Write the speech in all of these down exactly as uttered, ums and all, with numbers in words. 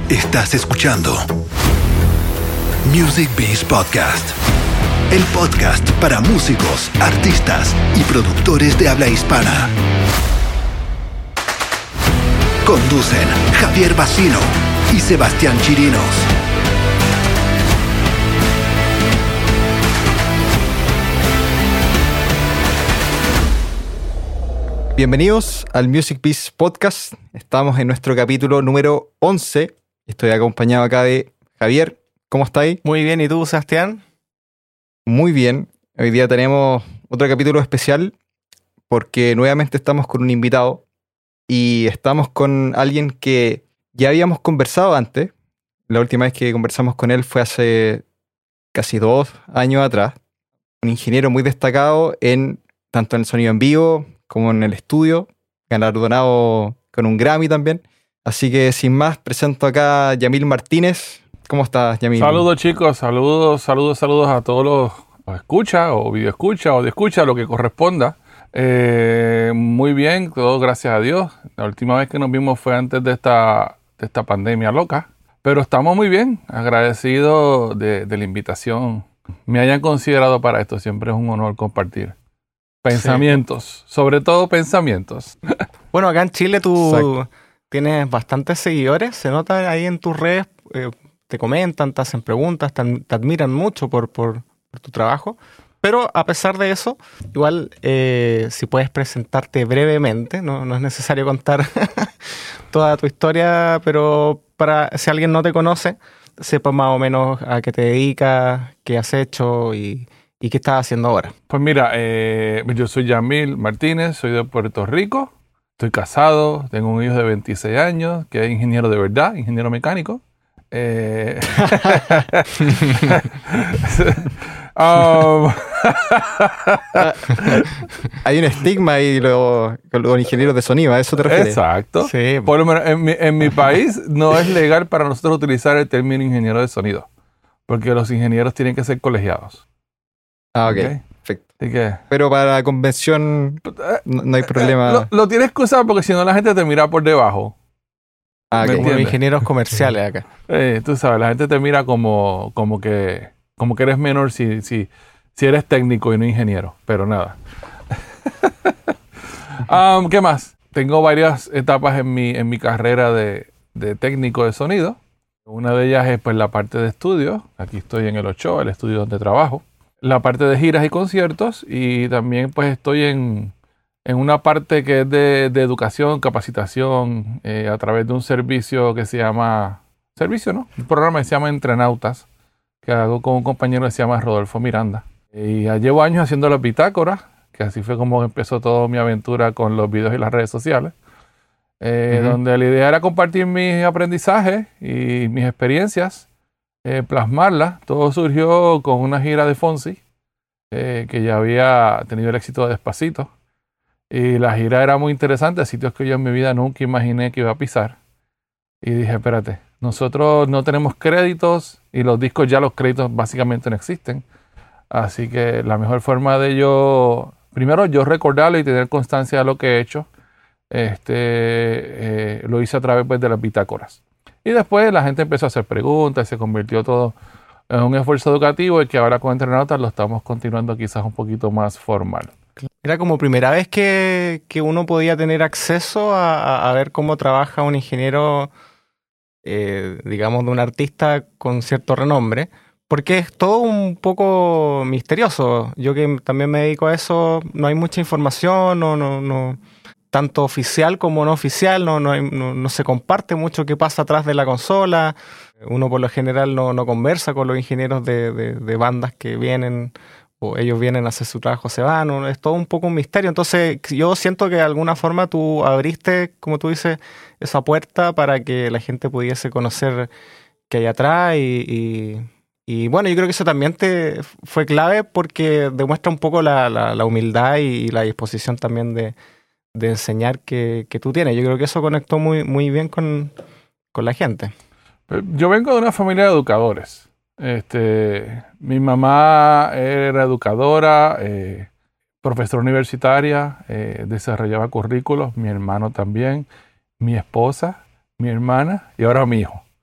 Estás escuchando Music Biz Podcast, el podcast para músicos, artistas y productores de habla hispana. Conducen Javier Bacino y Sebastián Chirinos. Bienvenidos al Music Biz Podcast. Estamos en nuestro capítulo número once. Estoy acompañado acá de Javier. ¿Cómo estáis? Muy bien, ¿y tú, Sebastián? Muy bien. Hoy día tenemos otro capítulo especial porque nuevamente estamos con un invitado y estamos con alguien que ya habíamos conversado antes. La última vez que conversamos con él fue hace casi dos años atrás. Un ingeniero muy destacado en tanto en el sonido en vivo como en el estudio, galardonado con un Grammy también. Así que sin más, presento acá a Yamil Martínez. ¿Cómo estás, Yamil? Saludos, chicos, saludos, saludos, saludos a todos los, los escucha o video escucha o de escucha, lo que corresponda. Eh, muy bien, todo gracias a Dios. La última vez que nos vimos fue antes de esta, de esta pandemia loca. Pero estamos muy bien, agradecidos de, de la invitación. Me hayan considerado para esto, siempre es un honor compartir. Pensamientos, sí. Sobre todo pensamientos. Bueno, acá en Chile tú Exacto. Tienes bastantes seguidores, se nota ahí en tus redes, eh, te comentan, te hacen preguntas, te, te admiran mucho por, por, por tu trabajo. Pero a pesar de eso, igual eh, si puedes presentarte brevemente, no, no es necesario contar toda tu historia, pero para si alguien no te conoce, sepa más o menos a qué te dedicas, qué has hecho y... ¿Y qué estás haciendo ahora? Pues mira, eh, yo soy Yamil Martínez, soy de Puerto Rico, estoy casado, tengo un hijo de veintiséis años, que es ingeniero de verdad, ingeniero mecánico. Eh... um... Hay un estigma ahí lo, con los ingenieros de sonido, ¿a eso te refieres? Exacto. Sí. Por lo menos en mi, en mi país no es legal para nosotros utilizar el término ingeniero de sonido, porque los ingenieros tienen que ser colegiados. Ah, ok, Okay. perfecto. Así que, Pero para la convención no, no hay problema. Lo, lo tienes que usar porque si no la gente te mira por debajo. Ah, ok. ¿Me Como entiendes? ingenieros comerciales acá. Eh, tú sabes, la gente te mira como, como, que, como que eres menor si, si, si eres técnico y no ingeniero. Pero nada. um, ¿Qué más? Tengo varias etapas en mi, en mi carrera de, de técnico de sonido. Una de ellas es pues la parte de estudio. Aquí estoy en el Ochoa, el estudio donde trabajo. La parte de giras y conciertos, y también pues estoy en, en una parte que es de, de educación, capacitación, eh, a través de un servicio que se llama, servicio no, un programa que se llama Entrenautas, que hago con un compañero que se llama Rodolfo Miranda. Y ya llevo años haciendo las bitácoras, que así fue como empezó toda mi aventura con los videos y las redes sociales, eh, uh-huh. donde la idea era compartir mis aprendizajes y mis experiencias, Eh, plasmarla. Todo surgió con una gira de Fonsi, eh, que ya había tenido el éxito de Despacito. Y la gira era muy interesante, sitios que yo en mi vida nunca imaginé que iba a pisar. Y dije, espérate, nosotros no tenemos créditos y los discos ya los créditos básicamente no existen. Así que la mejor forma de yo, primero yo recordarlo y tener constancia de lo que he hecho, este, eh, lo hice a través pues, de las bitácoras. Y después la gente empezó a hacer preguntas, se convirtió todo en un esfuerzo educativo y que ahora con Entrenautas lo estamos continuando quizás un poquito más formal. Era como primera vez que, que uno podía tener acceso a, a ver cómo trabaja un ingeniero, eh, digamos, de un artista con cierto renombre, porque es todo un poco misterioso. Yo que también me dedico a eso, no hay mucha información, no... no, no tanto oficial como no oficial, no, no, hay, no, no se comparte mucho qué pasa atrás de la consola. Uno por lo general no, no conversa con los ingenieros de, de, de bandas que vienen, o ellos vienen a hacer su trabajo, se van, ¿no? Es todo un poco un misterio. Entonces yo siento que de alguna forma tú abriste, como tú dices, esa puerta para que la gente pudiese conocer qué hay atrás y... y Y bueno, yo creo que eso también te fue clave porque demuestra un poco la, la, la humildad y la disposición también de, de enseñar que, que tú tienes. Yo creo que eso conectó muy, muy bien con, con la gente. Yo vengo de una familia de educadores. Este, mi mamá era educadora, eh, profesora universitaria, eh, desarrollaba currículos, mi hermano también, mi esposa, mi hermana y ahora mi hijo.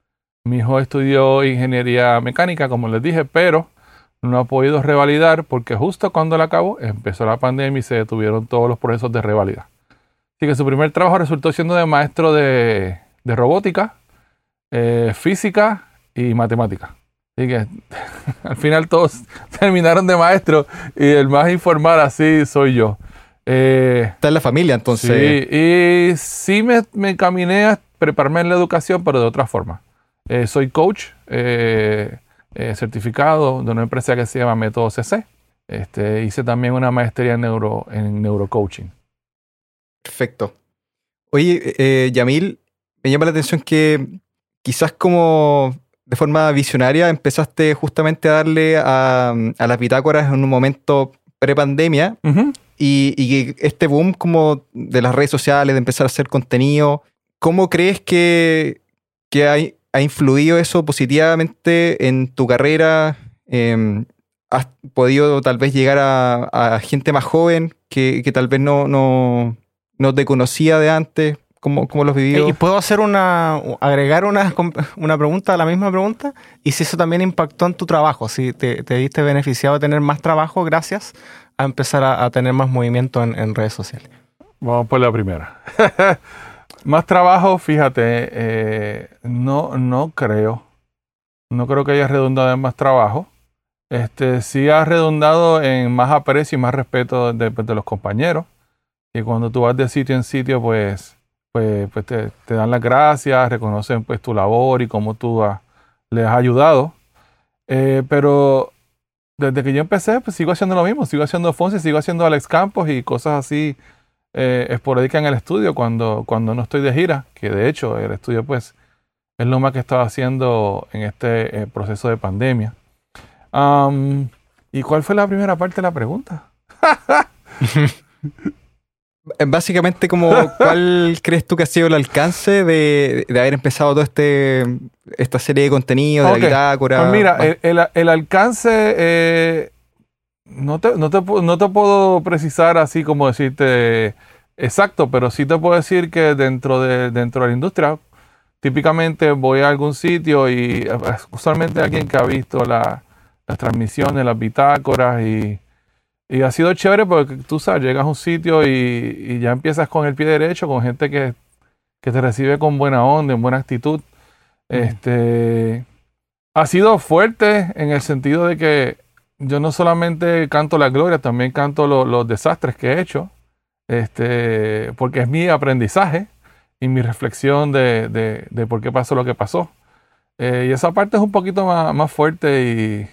Mi hijo estudió ingeniería mecánica, como les dije, pero no ha podido revalidar porque justo cuando la acabó empezó la pandemia y se detuvieron todos los procesos de revalida. Así que su primer trabajo resultó siendo de maestro de, de robótica, eh, física y matemática. Así que al final todos terminaron de maestro y el más informal así soy yo. Eh, Está en la familia, entonces. Sí, y sí me, me caminé a prepararme en la educación, pero de otra forma. Eh, soy coach eh, eh, certificado de una empresa que se llama Método C C. Este, hice también una maestría en, neuro, en neurocoaching. Perfecto. Oye, eh, Yamil, me llama la atención que quizás como de forma visionaria empezaste justamente a darle a, a las bitácoras en un momento pre-pandemia. Uh-huh. Y, y que este boom como de las redes sociales, de empezar a hacer contenido, ¿cómo crees que, que ha, ha influido eso positivamente en tu carrera? Eh, ¿Has podido tal vez llegar a, a gente más joven que, que tal vez no, no, no te conocía de antes? ¿Cómo, cómo lo has vivido? ¿Y puedo hacer una, agregar una, una pregunta a la misma pregunta? ¿Y si eso también impactó en tu trabajo? ¿Si te, te viste beneficiado de tener más trabajo gracias a empezar a, a tener más movimiento en, en redes sociales? Vamos por la primera. Más trabajo, fíjate, eh, no, no creo. No creo que haya redundado en más trabajo. Este, sí ha redundado en más aprecio y más respeto de, de los compañeros. Y cuando tú vas de sitio en sitio, pues, pues, pues te, te dan las gracias, reconocen pues tu labor y cómo tú ha, les has ayudado. Eh, pero desde que yo empecé, pues sigo haciendo lo mismo. Sigo haciendo Fonsi, sigo haciendo Alex Campos y cosas así eh, esporádicas en el estudio cuando, cuando no estoy de gira. Que de hecho el estudio pues es lo más que estaba haciendo en este eh, proceso de pandemia. Um, ¿Y cuál fue la primera parte de la pregunta? Básicamente, como, ¿cuál crees tú que ha sido el alcance de, de haber empezado toda este, esta serie de contenido, de okay. la bitácora? Pues mira, el, el, el alcance, eh, no, te, no, te, no te puedo precisar así como decirte exacto, pero sí te puedo decir que dentro de, dentro de la industria, típicamente voy a algún sitio y usualmente alguien que ha visto la, las transmisiones, las bitácoras y... Y ha sido chévere porque tú sabes, llegas a un sitio y, y ya empiezas con el pie derecho, con gente que, que te recibe con buena onda, en buena actitud. Mm. Este, ha sido fuerte en el sentido de que yo no solamente canto la gloria, también canto lo, los desastres que he hecho, este, porque es mi aprendizaje y mi reflexión de, de, de por qué pasó lo que pasó. Eh, y esa parte es un poquito más, más fuerte y...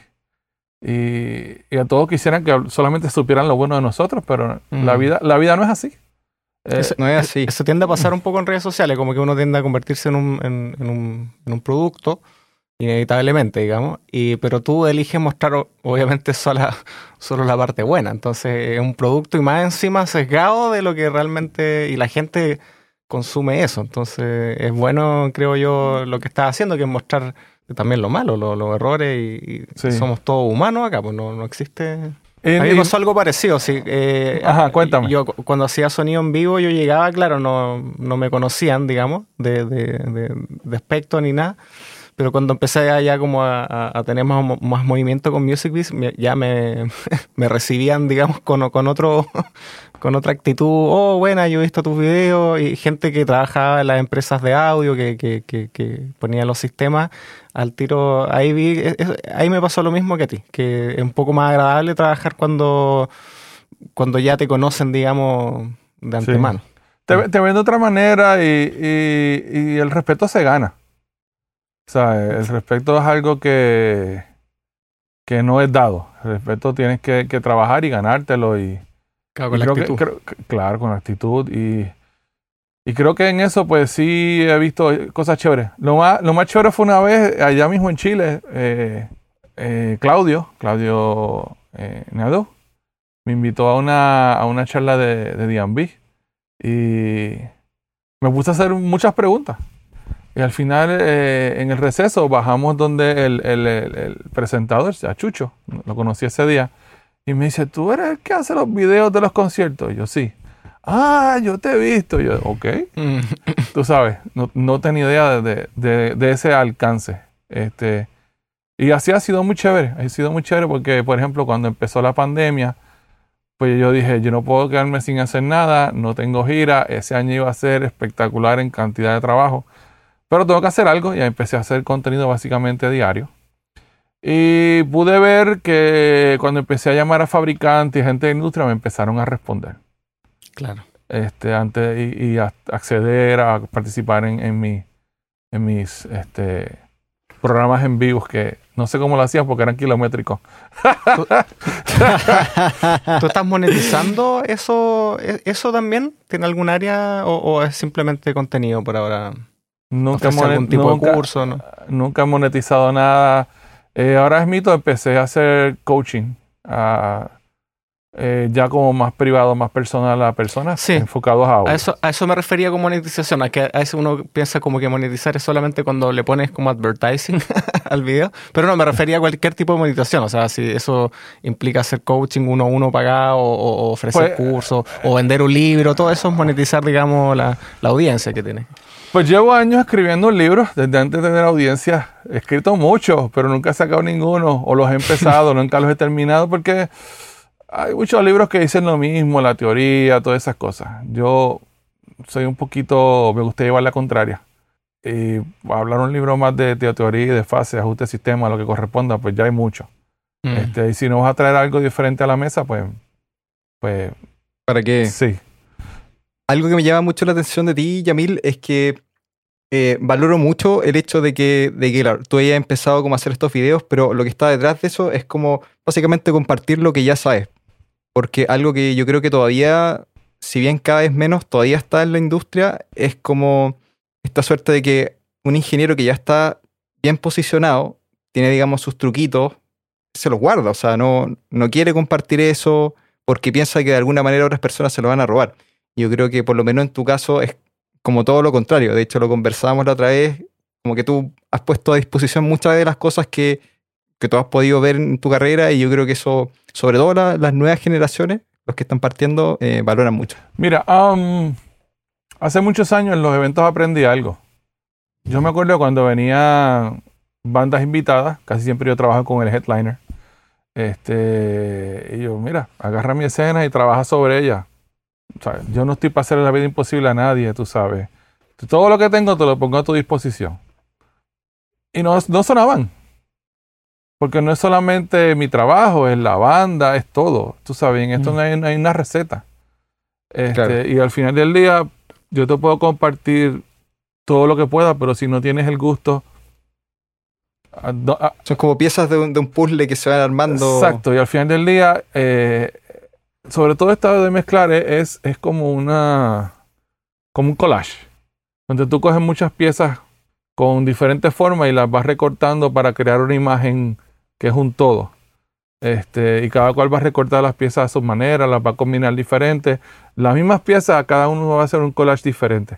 Y, y a todos quisieran que solamente supieran lo bueno de nosotros, pero mm. la vida la vida no es así. Eh, eso, no es así. Eso tiende a pasar un poco en redes sociales, como que uno tiende a convertirse en un, en, en un, en un producto, inevitablemente, digamos, y, pero tú eliges mostrar obviamente sola, solo la parte buena. Entonces es un producto y más encima sesgado de lo que realmente... Y la gente consume eso. Entonces es bueno, creo yo, lo que estás haciendo, que es mostrar... también lo malo, los, los errores y, y sí. Somos todos humanos acá, pues no, no existe... En, a mí me pasó algo parecido, sí. Eh, Ajá, cuéntame. Yo cuando hacía sonido en vivo yo llegaba, claro, no, no me conocían, digamos, de, de, de, de aspecto ni nada, pero cuando empecé ya como a, a tener más, más movimiento con MusicBiz, ya me, me recibían, digamos, con, con otro... con otra actitud, oh, buena, yo he visto tus videos, y gente que trabajaba en las empresas de audio, que, que, que, que ponía los sistemas, al tiro, ahí vi, ahí me pasó lo mismo que a ti, que es un poco más agradable trabajar cuando, cuando ya te conocen, digamos, de antemano. Sí. Te, te ven de otra manera y, y, y el respeto se gana. O sea, el respeto es algo que, que no es dado. El respeto tienes que, que trabajar y ganártelo y Claro, con y la creo actitud. Que, creo, claro, con actitud. Y, y creo que en eso, pues sí he visto cosas chéveres. Lo más, lo más chévere fue una vez, allá mismo en Chile, eh, eh, Claudio, Claudio eh, Nadeau, me invitó a una, a una charla de, de D and B. Y me puse a hacer muchas preguntas. Y al final, eh, en el receso, bajamos donde el, el, el, el presentador, ya Chucho, lo conocí ese día. Y me dice, ¿tú eres el que hace los videos de los conciertos? Y yo, sí. Ah, yo te he visto. Y yo, ok. Tú sabes, no, no tenía idea de, de, de ese alcance. Este, y así ha sido muy chévere, ha sido muy chévere porque, por ejemplo, cuando empezó la pandemia, pues yo dije, yo no puedo quedarme sin hacer nada, no tengo gira, ese año iba a ser espectacular en cantidad de trabajo, pero tengo que hacer algo y empecé a hacer contenido básicamente diario. Y pude ver que cuando empecé a llamar a fabricantes y gente de la industria me empezaron a responder. Claro. Este, antes, y, y a acceder a participar en, en, mi, en mis este, programas en vivos que no sé cómo lo hacían porque eran kilométricos. ¿Tú, ¿Tú estás monetizando eso, eso también? ¿Tiene algún área o, o es simplemente contenido por ahora? Nunca, monet, algún tipo nunca, de curso, ¿no? Nunca he monetizado nada. Eh, ahora es mito, empecé a hacer coaching. Uh, eh, ya como más privado, más personal a personas, sí, enfocados a audio. A eso, a eso me refería con monetización. A que a veces uno piensa como que monetizar es solamente cuando le pones como advertising al video. Pero no, me refería a cualquier tipo de monetización. O sea, si eso implica hacer coaching uno a uno pagado o, o ofrecer pues, cursos o vender un libro, todo eso es monetizar, digamos, la, la audiencia que tiene. Pues llevo años escribiendo libros, desde antes de tener audiencia. He escrito muchos, pero nunca he sacado ninguno. O los he empezado, nunca los he terminado porque hay muchos libros que dicen lo mismo, la teoría, todas esas cosas. Yo soy un poquito, me gusta llevar la contraria. Y hablar un libro más de, de teoría, de fase, ajuste de sistema, lo que corresponda, pues ya hay mucho. Mm. Este, y si no vas a traer algo diferente a la mesa, pues... pues ¿para qué? Sí. Algo que me llama mucho la atención de ti, Yamil, es que eh, valoro mucho el hecho de que, de que claro, tú hayas empezado como a hacer estos videos, pero lo que está detrás de eso es como básicamente compartir lo que ya sabes. Porque algo que yo creo que todavía, si bien cada vez menos, todavía está en la industria, es como esta suerte de que un ingeniero que ya está bien posicionado, tiene, digamos, sus truquitos, se los guarda. O sea, no, no quiere compartir eso porque piensa que de alguna manera otras personas se lo van a robar. Yo creo que por lo menos en tu caso es como todo lo contrario. De hecho, lo conversábamos la otra vez, como que tú has puesto a disposición muchas de las cosas que, que tú has podido ver en tu carrera, y yo creo que eso, sobre todo la, las nuevas generaciones, los que están partiendo, eh, valoran mucho. Mira, um, hace muchos años en los eventos aprendí algo. Yo me acuerdo cuando venían bandas invitadas, casi siempre yo trabajo con el headliner. Este, y yo, mira, agarra mi escena y trabaja sobre ella. O sea, yo no estoy para hacer la vida imposible a nadie, tú sabes. Todo lo que tengo te lo pongo a tu disposición. Y no, no sonaban. Porque no es solamente mi trabajo, es la banda, es todo. Tú sabes, en esto mm. no, hay, no hay una receta. Este, claro. Y al final del día, yo te puedo compartir todo lo que pueda, pero si no tienes el gusto... A, a, Son como piezas de un, de un puzzle que se van armando. Exacto, y al final del día... Eh, sobre todo esto de mezclar es, es como una como un collage, donde tú coges muchas piezas con diferentes formas y las vas recortando para crear una imagen que es un todo. Este, y cada cual va a recortar las piezas a su manera, las va a combinar diferentes. Las mismas piezas, cada uno va a hacer un collage diferente.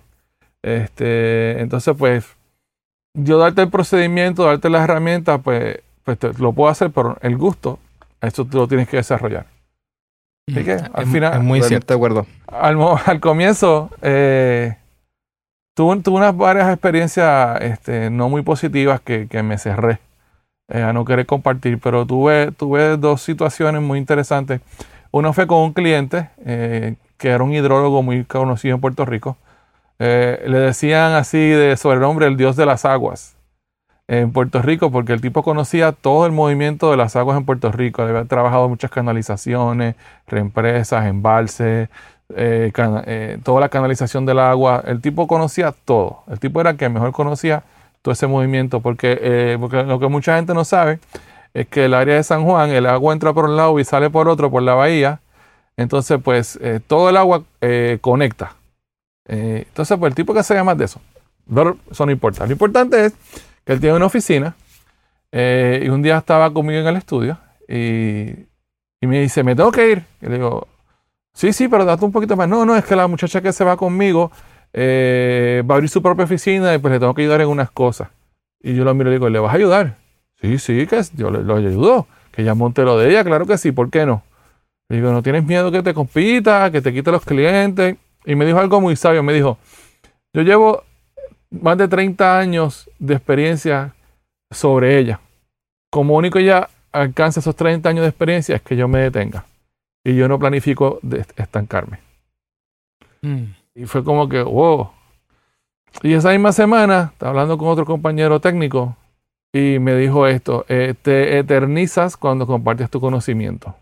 Este, entonces, pues, yo darte el procedimiento, darte las herramientas, pues, pues te, lo puedo hacer, pero el gusto, eso tú lo tienes que desarrollar. Así que, al es, final, es muy cierto, de acuerdo. Al, al comienzo, eh, tuve, tuve unas varias experiencias este, no muy positivas que, que me cerré eh, a no querer compartir, pero tuve, tuve dos situaciones muy interesantes. Uno fue con un cliente eh, que era un hidrólogo muy conocido en Puerto Rico. Eh, le decían así de sobrenombre el dios de las aguas en Puerto Rico, porque el tipo conocía todo el movimiento de las aguas en Puerto Rico. Había trabajado en muchas canalizaciones, reempresas, embalses, eh, can, eh, toda la canalización del agua. El tipo conocía todo. El tipo era el que mejor conocía todo ese movimiento, porque, eh, porque lo que mucha gente no sabe es que el área de San Juan, el agua entra por un lado y sale por otro, por la bahía. Entonces, pues, eh, todo el agua eh, conecta. Eh, entonces, pues, el tipo que sabe más de eso. Pero eso no importa. Lo importante es que él tiene una oficina eh, y un día estaba conmigo en el estudio y, y me dice, me tengo que ir. Y le digo, sí, sí, pero date un poquito más. No, no, es que la muchacha que se va conmigo eh, va a abrir su propia oficina y pues le tengo que ayudar en unas cosas. Y yo lo miro y le digo, ¿le vas a ayudar? Sí, sí, que yo le, lo ayudo. Que ya monte lo de ella, claro que sí, ¿por qué no? Le digo, ¿no tienes miedo que te compita, que te quite los clientes? Y me dijo algo muy sabio, me dijo, yo llevo más de treinta años de experiencia sobre ella. Como único ella alcanza esos treinta años de experiencia es que yo me detenga. Y yo no planifico de estancarme. Mm. Y fue como que, wow. Y esa misma semana, estaba hablando con otro compañero técnico y me dijo esto, eh, te eternizas cuando compartes tu conocimiento.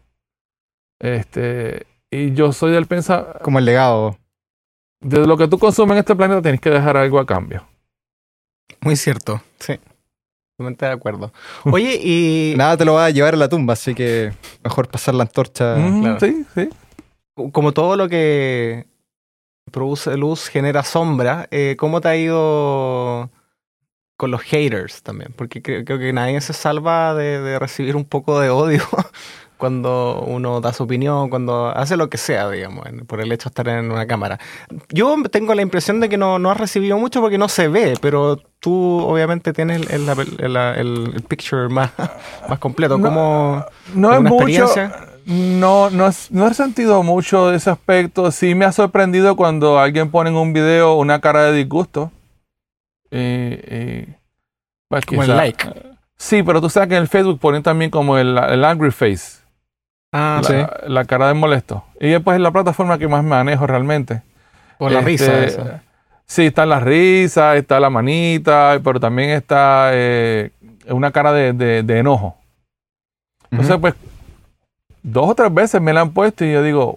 Este, y yo soy del pensamiento... Como el legado. De lo que tú consumes en este planeta tienes que dejar algo a cambio. Muy cierto, sí. Totalmente de acuerdo. Oye, y... Nada te lo va a llevar a la tumba, así que mejor pasar la antorcha. Mm, claro. Sí, sí. Como todo lo que produce luz genera sombra, eh, ¿cómo te ha ido con los haters también? Porque creo, creo que nadie se salva de, de recibir un poco de odio cuando uno da su opinión, cuando hace lo que sea, digamos, por el hecho de estar en una cámara. Yo tengo la impresión de que no, no has recibido mucho porque no se ve, pero tú obviamente tienes el, el, el, el, el picture más, más completo. ¿Cómo, no, no es mucho, no, no, es, no he sentido mucho de ese aspecto. Sí me ha sorprendido cuando alguien pone en un video una cara de disgusto. Eh, eh, pues como quizá, el like. Sí, pero tú sabes que en el Facebook ponen también como el, el angry face. Ah, la, sí. La cara de molesto. Y después es la plataforma que más manejo realmente. Por la este, risa esa. Sí, está la risa, está la manita, pero también está eh, una cara de, de, de enojo. Entonces, uh-huh. pues, dos o tres veces me la han puesto y yo digo,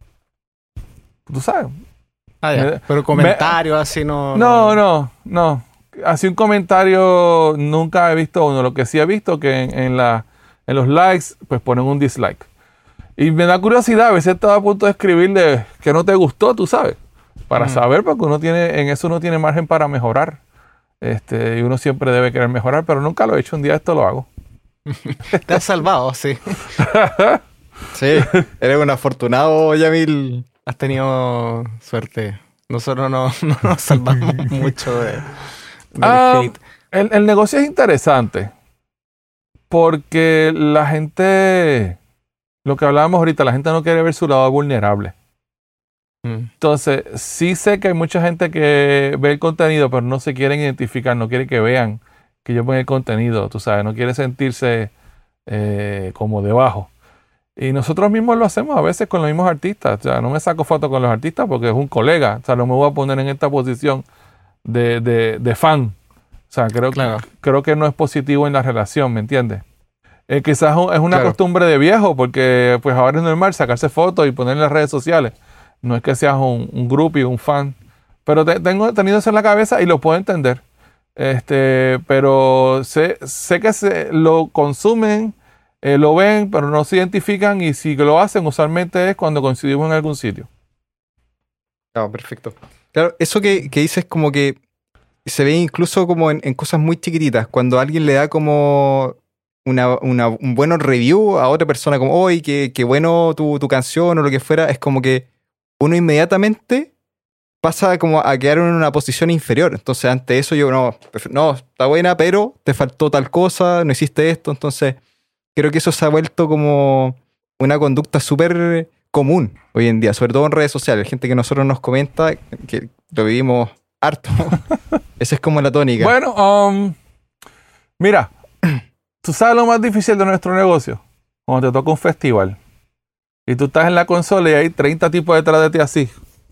tú sabes. Ah, ya. Me, pero comentarios me, así no... No, no, no. Así un comentario nunca he visto uno. Lo que sí he visto que en, en, la, en los likes, pues ponen un dislike. Y me da curiosidad, a veces estaba a punto de escribirle que no te gustó, tú sabes, para mm. saber, porque uno tiene, en eso uno tiene margen para mejorar. Este, y uno siempre debe querer mejorar, pero nunca lo he hecho. Un día esto lo hago. Te has salvado, sí. Sí, eres un afortunado, Yamil. Has tenido suerte. Nosotros no, no nos salvamos mucho de, de ah, hate. El, el negocio es interesante porque la gente... Lo que hablábamos ahorita, la gente no quiere ver su lado vulnerable. Mm. Entonces, sí sé que hay mucha gente que ve el contenido, pero no se quieren identificar, no quiere que vean que yo pongo el contenido, tú sabes, no quiere sentirse eh, como debajo. Y nosotros mismos lo hacemos a veces con los mismos artistas. O sea, no me saco fotos con los artistas porque es un colega. O sea, no me voy a poner en esta posición de, de, de fan. O sea, creo, claro. creo que no es positivo en la relación, ¿me entiendes? Eh, quizás es una claro. costumbre de viejo, porque pues ahora es normal sacarse fotos y poner en las redes sociales. No es que seas un, un groupie, un fan. Pero te, tengo tenido eso en la cabeza y lo puedo entender. Este, pero sé, sé que se lo consumen, eh, lo ven, pero no se identifican, y si lo hacen usualmente es cuando coincidimos en algún sitio. Claro, perfecto. Claro, eso que, que dices como que se ve incluso como en, en cosas muy chiquititas. Cuando alguien le da como... Una, una, un buen review a otra persona como, oye, qué, qué bueno tu, tu canción o lo que fuera, es como que uno inmediatamente pasa como a quedar en una posición inferior. Entonces, ante eso yo, no, no, está buena, pero te faltó tal cosa, no hiciste esto. Entonces, creo que eso se ha vuelto como una conducta súper común hoy en día, sobre todo en redes sociales. Gente que nosotros nos comenta, que lo vivimos harto. Esa es como la tónica. Bueno, um, mira, ¿tú sabes lo más difícil de nuestro negocio? Cuando te toca un festival y tú estás en la consola y hay treinta tipos detrás de ti así.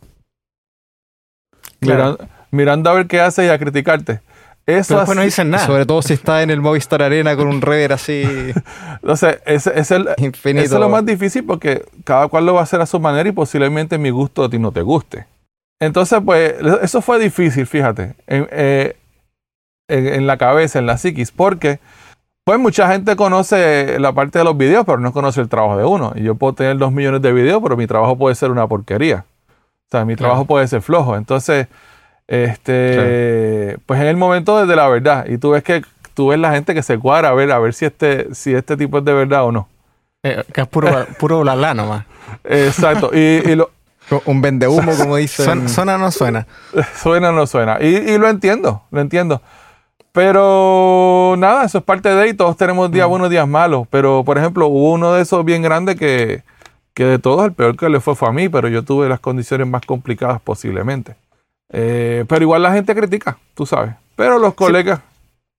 Claro. Mirando, mirando a ver qué haces y a criticarte. Eso después no dicen nada. Sobre todo si estás en el Movistar Arena con un rever así. Entonces, ese, ese es el, infinito. Eso es lo más difícil porque cada cual lo va a hacer a su manera y posiblemente mi gusto a ti no te guste. Entonces, pues, eso fue difícil, fíjate, en, eh, en, en la cabeza, en la psiquis, porque... Pues mucha gente conoce la parte de los videos, pero no conoce el trabajo de uno. Y yo puedo tener dos millones de videos, pero mi trabajo puede ser una porquería. O sea, mi trabajo claro. puede ser flojo. Entonces, este, claro. pues en el momento desde la verdad. Y tú ves que tú ves la gente que se cuadra a ver, a ver si este, si este tipo es de verdad o no. Eh, que es puro, puro bla bla nomás. Exacto. Y, y lo, un vendehumo, como dicen. Suena, suena o no suena. Suena o no suena. Y, y lo entiendo, lo entiendo. Pero nada, eso es parte de y todos tenemos días buenos, días malos. Pero, por ejemplo, hubo uno de esos bien grande que, que de todos el peor que le fue fue a mí, pero yo tuve las condiciones más complicadas posiblemente. Eh, pero igual la gente critica, tú sabes. Pero los colegas...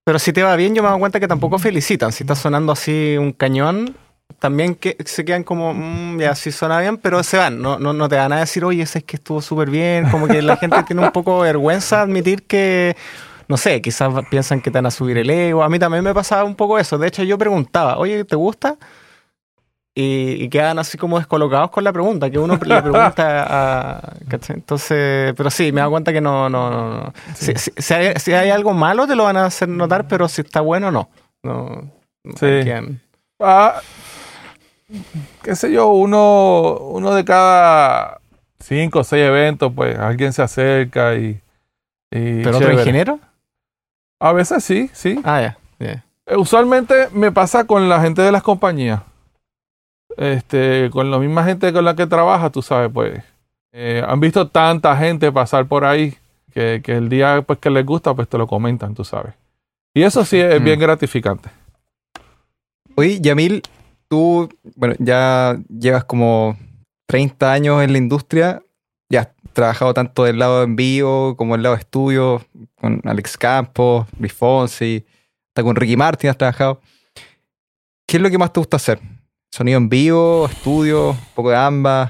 Pero si te va bien, yo me doy cuenta que tampoco felicitan. Si está sonando así un cañón, también que se quedan como, mmm, ya sí suena bien, pero se van. No, no, no te van a decir, oye, ese es que estuvo súper bien. Como que la gente tiene un poco de vergüenza admitir que, no sé, quizás piensan que te van a subir el ego. A mí también me pasaba un poco eso. De hecho, yo preguntaba, oye, ¿te gusta? Y, y quedan así como descolocados con la pregunta, que uno le pregunta a... ¿cachai? Entonces, pero sí, me da cuenta que no... no, no, no. Sí. Si, si, si, hay, si hay algo malo, te lo van a hacer notar, pero si está bueno, no. no, no Sí. quedan... Ah, qué sé yo, uno, uno de cada cinco o seis eventos, pues alguien se acerca y... y ¿Pero otro chévere. ingeniero? A veces sí, sí. Ah, ya. Yeah. Eh, Usualmente me pasa con la gente de las compañías. Este, con la misma gente con la que trabaja, tú sabes, pues eh, han visto tanta gente pasar por ahí que, que el día pues, que les gusta, pues te lo comentan, tú sabes. Y eso sí es Mm. bien gratificante. Oye, Yamil, tú, bueno, ya llevas como treinta años en la industria, ya has trabajado tanto del lado en vivo como del lado de estudio, con Alex Campos, Luis Fonsi, hasta con Ricky Martin has trabajado. ¿Qué es lo que más te gusta hacer? ¿Sonido en vivo, estudio, un poco de ambas?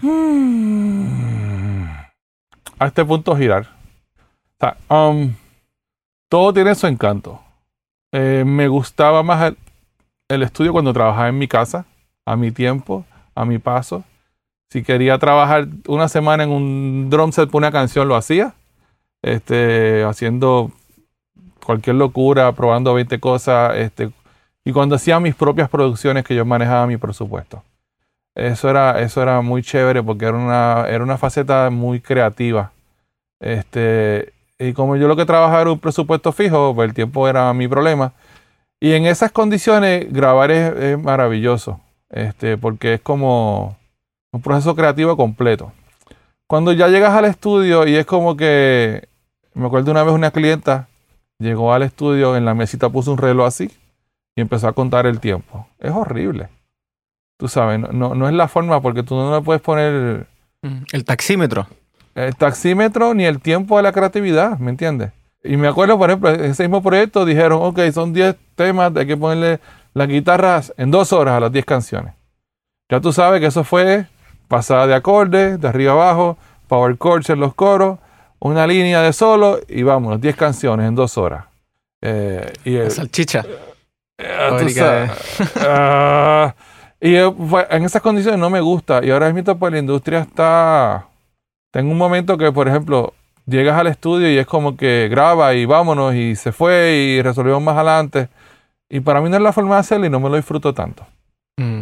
A este punto girar. O sea, um, todo tiene su encanto. Eh, me gustaba más el, el estudio cuando trabajaba en mi casa, a mi tiempo, a mi paso. Si quería trabajar una semana en un drum set por una canción, lo hacía. Este, haciendo cualquier locura, probando veinte cosas. Este, y cuando hacía mis propias producciones que yo manejaba mi presupuesto. Eso era, eso era muy chévere porque era una, era una faceta muy creativa. Este, y como yo lo que trabajaba era un presupuesto fijo, pues el tiempo era mi problema. Y en esas condiciones grabar es, es maravilloso. Este, porque es como un proceso creativo completo. Cuando ya llegas al estudio y es como que... Me acuerdo una vez una clienta llegó al estudio, en la mesita puso un reloj así y empezó a contar el tiempo. Es horrible. Tú sabes, no, no, no es la forma porque tú no le puedes poner El taxímetro. el taxímetro ni el tiempo de la creatividad, ¿me entiendes? Y me acuerdo, por ejemplo, en ese mismo proyecto dijeron, ok, son diez temas, hay que ponerle las guitarras en dos horas a las diez canciones. Ya tú sabes que eso fue pasada de acordes, de arriba abajo, power chords en los coros, una línea de solo y vámonos, diez canciones en dos horas. Eh, y el, La salchicha. eh, tú Fábrica sabes, ah, y eh, fue- en esas condiciones no me gusta. Y ahora mismo pues la industria está... Tengo un momento que, por ejemplo, llegas al estudio y es como que graba y vámonos y se fue y resolvimos más adelante. Y para mí no es la forma de hacerlo y no me lo disfruto tanto. Mm.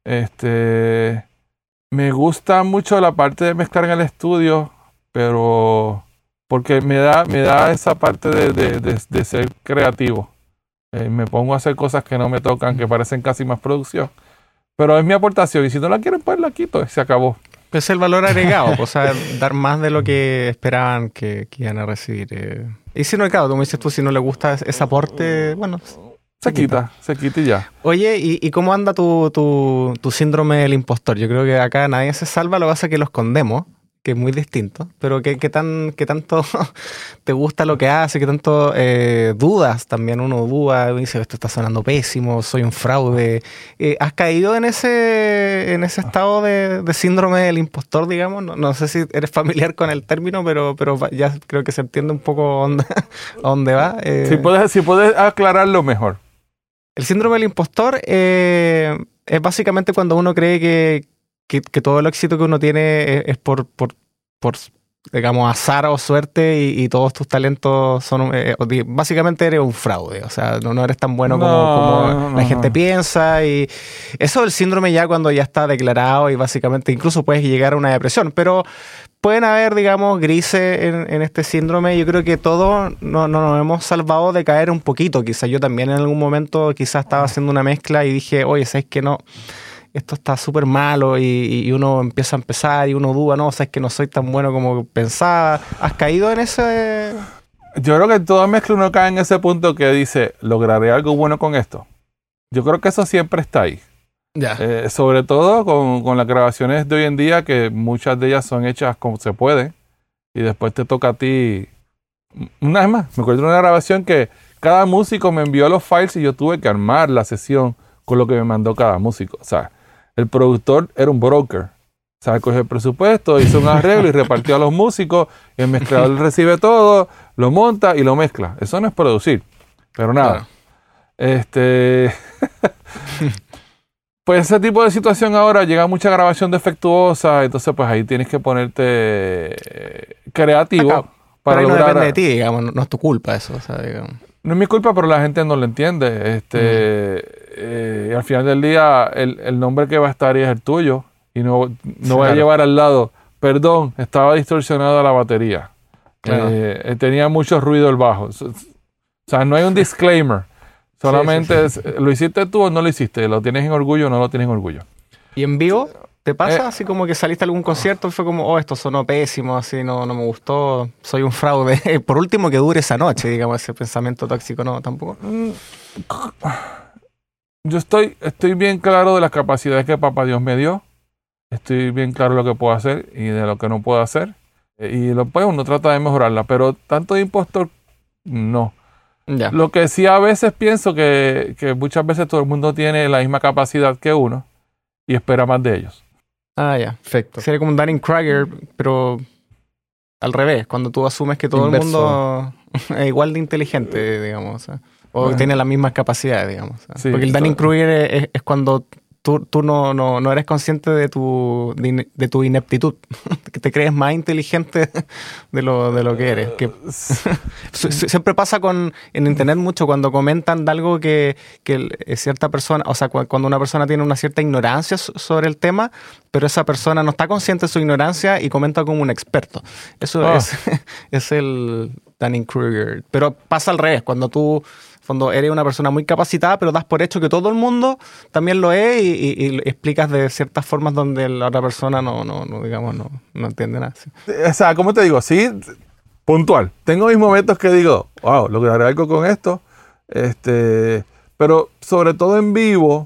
Este, me gusta mucho la parte de mezclar en el estudio, pero porque me da, me da esa parte de, de- de- de ser creativo. Eh, me pongo a hacer cosas que no me tocan, que parecen casi más producción. Pero es mi aportación y si no la quieren, pues la quito y se acabó. Es el valor agregado, o sea, dar más de lo que esperaban que, que iban a recibir. eh. Y si no, claro, como dices tú, si no le gusta ese aporte, bueno, Se quita, se quita y ya. Oye, ¿y, y cómo anda tu, tu, tu síndrome del impostor? Yo creo que acá nadie se salva, lo que pasa es que lo escondemos, que es muy distinto. Pero ¿qué, qué, tan, qué tanto te gusta lo que hace? ¿Qué tanto eh, dudas? También uno duda, dice, esto está sonando pésimo, soy un fraude. Eh, ¿Has caído en ese, en ese estado de, de síndrome del impostor, digamos? No, no sé si eres familiar con el término, pero, pero ya creo que se entiende un poco dónde, a dónde va. Eh, Si puedes, si puedes aclararlo mejor. El síndrome del impostor eh, es básicamente cuando uno cree que, que, que todo el éxito que uno tiene es, es por, por, por, digamos, azar o suerte y, y todos tus talentos son... eh, básicamente eres un fraude, o sea, no, no eres tan bueno como, No, como no, la no. gente piensa y eso del síndrome ya cuando ya está declarado y básicamente incluso puedes llegar a una depresión, pero... Pueden haber, digamos, grises en, en este síndrome. Yo creo que todos no, no nos hemos salvado de caer un poquito. Quizás yo también en algún momento quizás estaba haciendo una mezcla y dije, oye, ¿sabes qué? No, esto está súper malo y, y uno empieza a empezar y uno duda, no, ¿sabes que no soy tan bueno como pensaba? ¿Has caído en ese...? Yo creo que en toda mezcla uno cae en ese punto que dice, ¿lograré algo bueno con esto? Yo creo que eso siempre está ahí. Ya. Eh, sobre todo con, con las grabaciones de hoy en día, que muchas de ellas son hechas como se puede, y después te toca a ti. Una vez más, me acuerdo de una grabación que cada músico me envió los files y yo tuve que armar la sesión con lo que me mandó cada músico. O sea, el productor era un broker. O sea, cogió el presupuesto, hizo un arreglo y repartió a los músicos. Y el mezclador recibe todo, lo monta y lo mezcla. Eso no es producir. Pero nada. Claro. Este... Pues ese tipo de situación ahora llega mucha grabación defectuosa, entonces pues ahí tienes que ponerte creativo. Acá, para pero lograr... no depende de ti, digamos, no, no es tu culpa eso. O sea, digamos. No es mi culpa, pero la gente no lo entiende. Este, mm. eh, al final del día, el, el nombre que va a estar ahí es el tuyo y no, no voy claro. a llevar al lado, perdón, estaba distorsionada la batería. Claro. Eh, tenía mucho ruido el bajo. O sea, no hay un disclaimer. Solamente sí, sí, sí. Es, ¿lo hiciste tú o no lo hiciste? ¿Lo tienes en orgullo o no lo tienes en orgullo? ¿Y en vivo te pasa eh, así como que saliste a algún concierto y fue como, oh, esto sonó pésimo, así no, no me gustó, soy un fraude? Por último, que dure esa noche, digamos, ese pensamiento tóxico, ¿no? Tampoco. Yo estoy, estoy bien claro de las capacidades que Papá Dios me dio. Estoy bien claro de lo que puedo hacer y de lo que no puedo hacer. Y lo, pues uno trata de mejorarla, pero tanto de impostor, no. Ya. Lo que sí a veces pienso que, que muchas veces todo el mundo tiene la misma capacidad que uno y espera más de ellos. Ah, ya, perfecto. Sería como un Dunning-Kruger, pero al revés, cuando tú asumes que todo Inverso. el mundo es igual de inteligente, digamos, o, sea, o bueno. tiene las mismas capacidades, digamos. O sea, sí, porque el Dunning-Kruger es, es cuando tú, tú no, no, no eres consciente de tu, de, de tu ineptitud, que te crees más inteligente de lo, de lo que eres. Que siempre pasa con en internet mucho cuando comentan de algo que, que cierta persona, o sea, cuando una persona tiene una cierta ignorancia sobre el tema, pero esa persona no está consciente de su ignorancia y comenta como un experto. Eso oh. es, es el Dunning-Kruger. Pero pasa al revés, cuando tú cuando eres una persona muy capacitada, pero das por hecho que todo el mundo también lo es y, y, y explicas de ciertas formas donde la otra persona no, no, no digamos, no, no entiende nada. ¿Sí? O sea, ¿cómo te digo? Sí, puntual. Tengo mis momentos que digo, wow, lograré algo con esto. Este, pero sobre todo en vivo,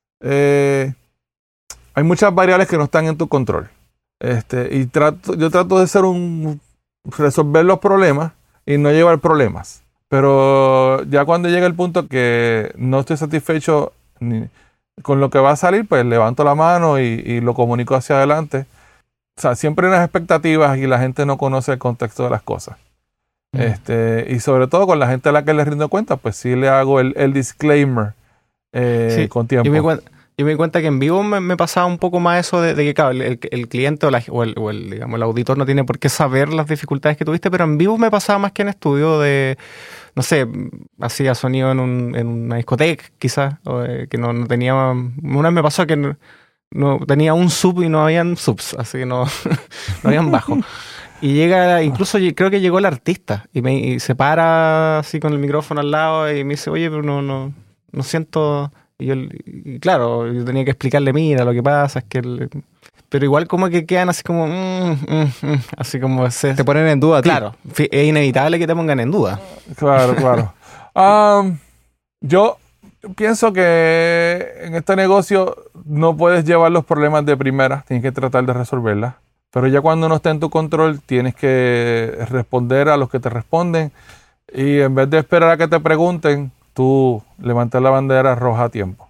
eh, hay muchas variables que no están en tu control. Este, y trato, yo trato de ser un resolver los problemas y no llevar problemas. Pero ya cuando llega el punto que no estoy satisfecho ni con lo que va a salir, pues levanto la mano y, y lo comunico hacia adelante. O sea, siempre hay unas expectativas y la gente no conoce el contexto de las cosas. Mm. Este, y sobre todo con la gente a la que le rindo cuenta, pues sí le hago el, el disclaimer eh, sí, con tiempo. Yo me, cu- yo me di cuenta que en vivo me, me pasaba un poco más eso de, de que, claro, el, el cliente o, la, o, el, o el, digamos, el auditor no tiene por qué saber las dificultades que tuviste, pero en vivo me pasaba más que en estudio de... No sé, hacía sonido en, un, en una discoteca, quizás, o, eh, que no, no tenía... Una vez me pasó que no, no tenía un sub y no habían subs, así que no, no habían bajo. Y llega, incluso creo que llegó el artista y, me, y se para así con el micrófono al lado y me dice, oye, pero no, no, no siento... Y, yo, y claro, yo tenía que explicarle, mira, lo que pasa es que... El, pero igual como que quedan así como... Mm, mm, mm, así como... Se, te ponen en duda a ti. Claro, es inevitable que te pongan en duda. Claro, claro. um, yo pienso que en este negocio no puedes llevar los problemas de primera. Tienes que tratar de resolverlas. Pero ya cuando no está en tu control, tienes que responder a los que te responden. Y en vez de esperar a que te pregunten, tú levantas la bandera roja a tiempo.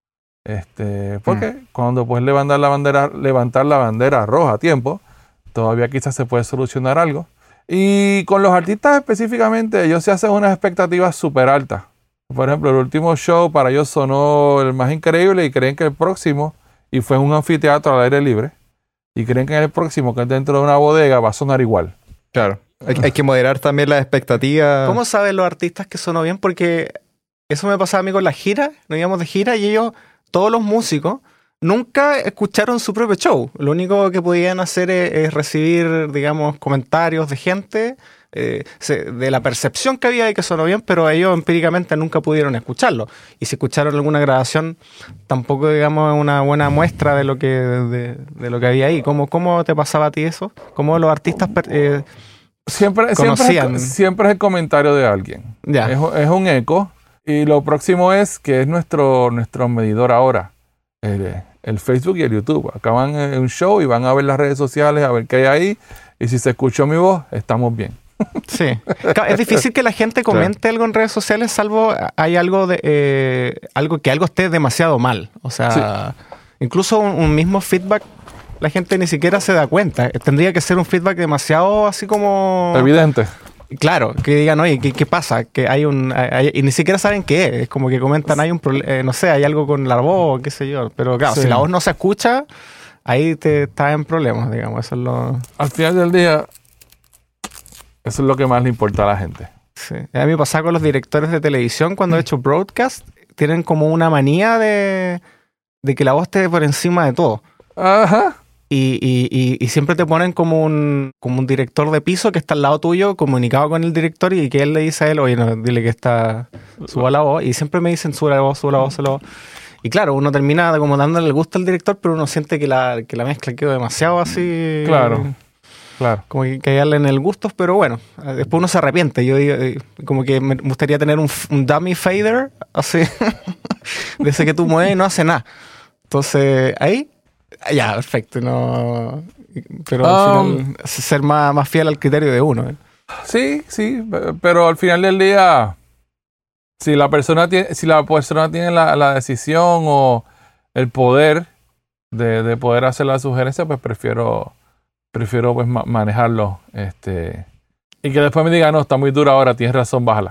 Este, porque mm. cuando puedes levantar la bandera, levantar la bandera roja a tiempo, todavía quizás se puede solucionar algo. Y con los artistas específicamente, ellos se hacen unas expectativas súper altas. Por ejemplo, el último show para ellos sonó el más increíble y creen que el próximo, y fue en un anfiteatro al aire libre, y creen que el próximo, que es dentro de una bodega, va a sonar igual. Claro. Hay, hay que moderar también las expectativas. ¿Cómo saben los artistas que sonó bien? Porque eso me pasaba a mí con las giras. Nos íbamos de gira y ellos... Todos los músicos nunca escucharon su propio show. Lo único que podían hacer es, es recibir, digamos, comentarios de gente eh, se, de la percepción que había de que sonó bien, pero ellos empíricamente nunca pudieron escucharlo. Y si escucharon alguna grabación, tampoco, digamos, es una buena muestra de lo que, de, de lo que había ahí. ¿Cómo, cómo te pasaba a ti eso? ¿Cómo los artistas eh, siempre, conocían? Siempre es, siempre es el comentario de alguien. Ya. Es, es un eco. Y lo próximo es que es nuestro, nuestro medidor ahora, el, el Facebook y el YouTube. Acá van en un show y van a ver las redes sociales, a ver qué hay ahí. Y si se escuchó mi voz, estamos bien. Sí. Es difícil que la gente comente claro. algo en redes sociales, salvo hay algo de eh, algo que algo esté demasiado mal. O sea, sí. incluso un, un mismo feedback, la gente ni siquiera se da cuenta. Tendría que ser un feedback demasiado así como... evidente. Claro, que digan, oye, ¿qué, qué pasa? Que hay un... Hay, y ni siquiera saben qué es. Es como que comentan, hay un problema, eh, no sé, hay algo con la voz, qué sé yo. Pero claro, sí. si la voz no se escucha, ahí te estás en problemas, digamos. Eso es lo... Al final del día, eso es lo que más le importa a la gente. Sí. A mí me pasa con los directores de televisión cuando he hecho broadcast, tienen como una manía de, de que la voz esté por encima de todo. Ajá. Y, y, y, y siempre te ponen como un, como un director de piso que está al lado tuyo, comunicado con el director, y que él le dice a él, oye, no, dile que está, suba la voz. Y siempre me dicen, suba la voz, suba la voz, suba la voz. Y claro, uno termina como dándole el gusto al director, pero uno siente que la, que la mezcla quedó demasiado así... Claro, claro. Como que, que darle en el gusto, pero bueno, después uno se arrepiente. Yo digo, como que me gustaría tener un, un dummy fader, así, de ese que tú mueves y no hace nada. Entonces, ahí... Ya, perfecto, no, pero al um, final ser más, más fiel al criterio de uno. ¿eh? Sí, sí, pero al final del día, si la persona tiene, si la persona tiene la, la decisión o el poder de, de poder hacer la sugerencia, pues prefiero, prefiero pues ma- manejarlo, este, y que después me diga, no, está muy dura ahora, tienes razón, bájala.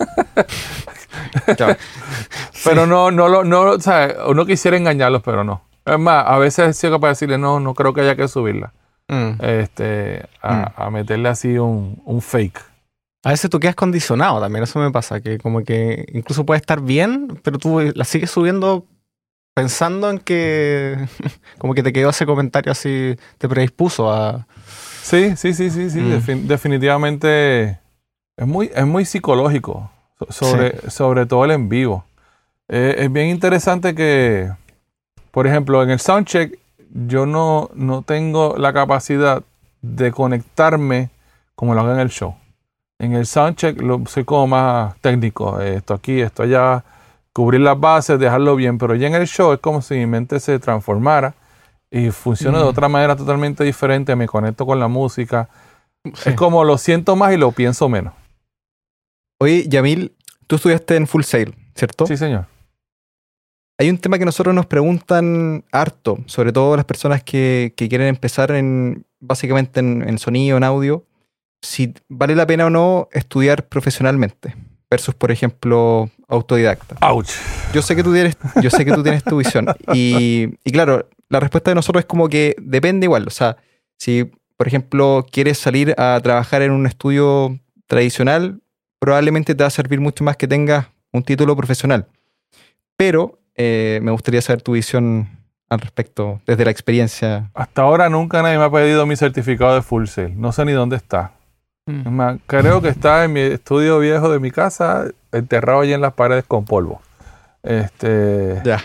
Pero sí. no, no, no, no, o sea, uno quisiera engañarlos, pero no. Es más, a veces he sido capaz de decirle, no, no creo que haya que subirla. Mm. Este, a, mm. a meterle así un, un fake. A veces tú quedas condicionado también, eso me pasa, que como que incluso puede estar bien, pero tú la sigues subiendo pensando en que como que te quedó ese comentario así, te predispuso a... Sí, sí, sí, sí, sí. Mm. Defin- definitivamente es muy, es muy psicológico, sobre, sí. sobre todo el en vivo. Eh, es bien interesante que... Por ejemplo, en el soundcheck yo no, no tengo la capacidad de conectarme como lo hago en el show. En el soundcheck lo, soy como más técnico, esto aquí, esto allá, cubrir las bases, dejarlo bien, pero ya en el show es como si mi mente se transformara y funciona mm. de otra manera totalmente diferente, me conecto con la música. Sí. Es como lo siento más y lo pienso menos. Oye, Yamil, tú estudiaste en Full Sail, ¿cierto? Sí, señor. Hay un tema que nosotros nos preguntan harto, sobre todo las personas que, que quieren empezar en básicamente en, en sonido, en audio, si vale la pena o no estudiar profesionalmente versus, por ejemplo, autodidacta. Ouch. Yo sé que tú tienes, yo sé que tú tienes tu visión y, y claro, la respuesta de nosotros es como que depende igual. O sea, si, por ejemplo, quieres salir a trabajar en un estudio tradicional, probablemente te va a servir mucho más que tengas un título profesional. Pero Eh, me gustaría saber tu visión al respecto, desde la experiencia. Hasta ahora nunca nadie me ha pedido mi certificado de Full Sail. No sé ni dónde está. Mm. Es más, creo que está en mi estudio viejo de mi casa, enterrado allí en las paredes con polvo. Este, ya.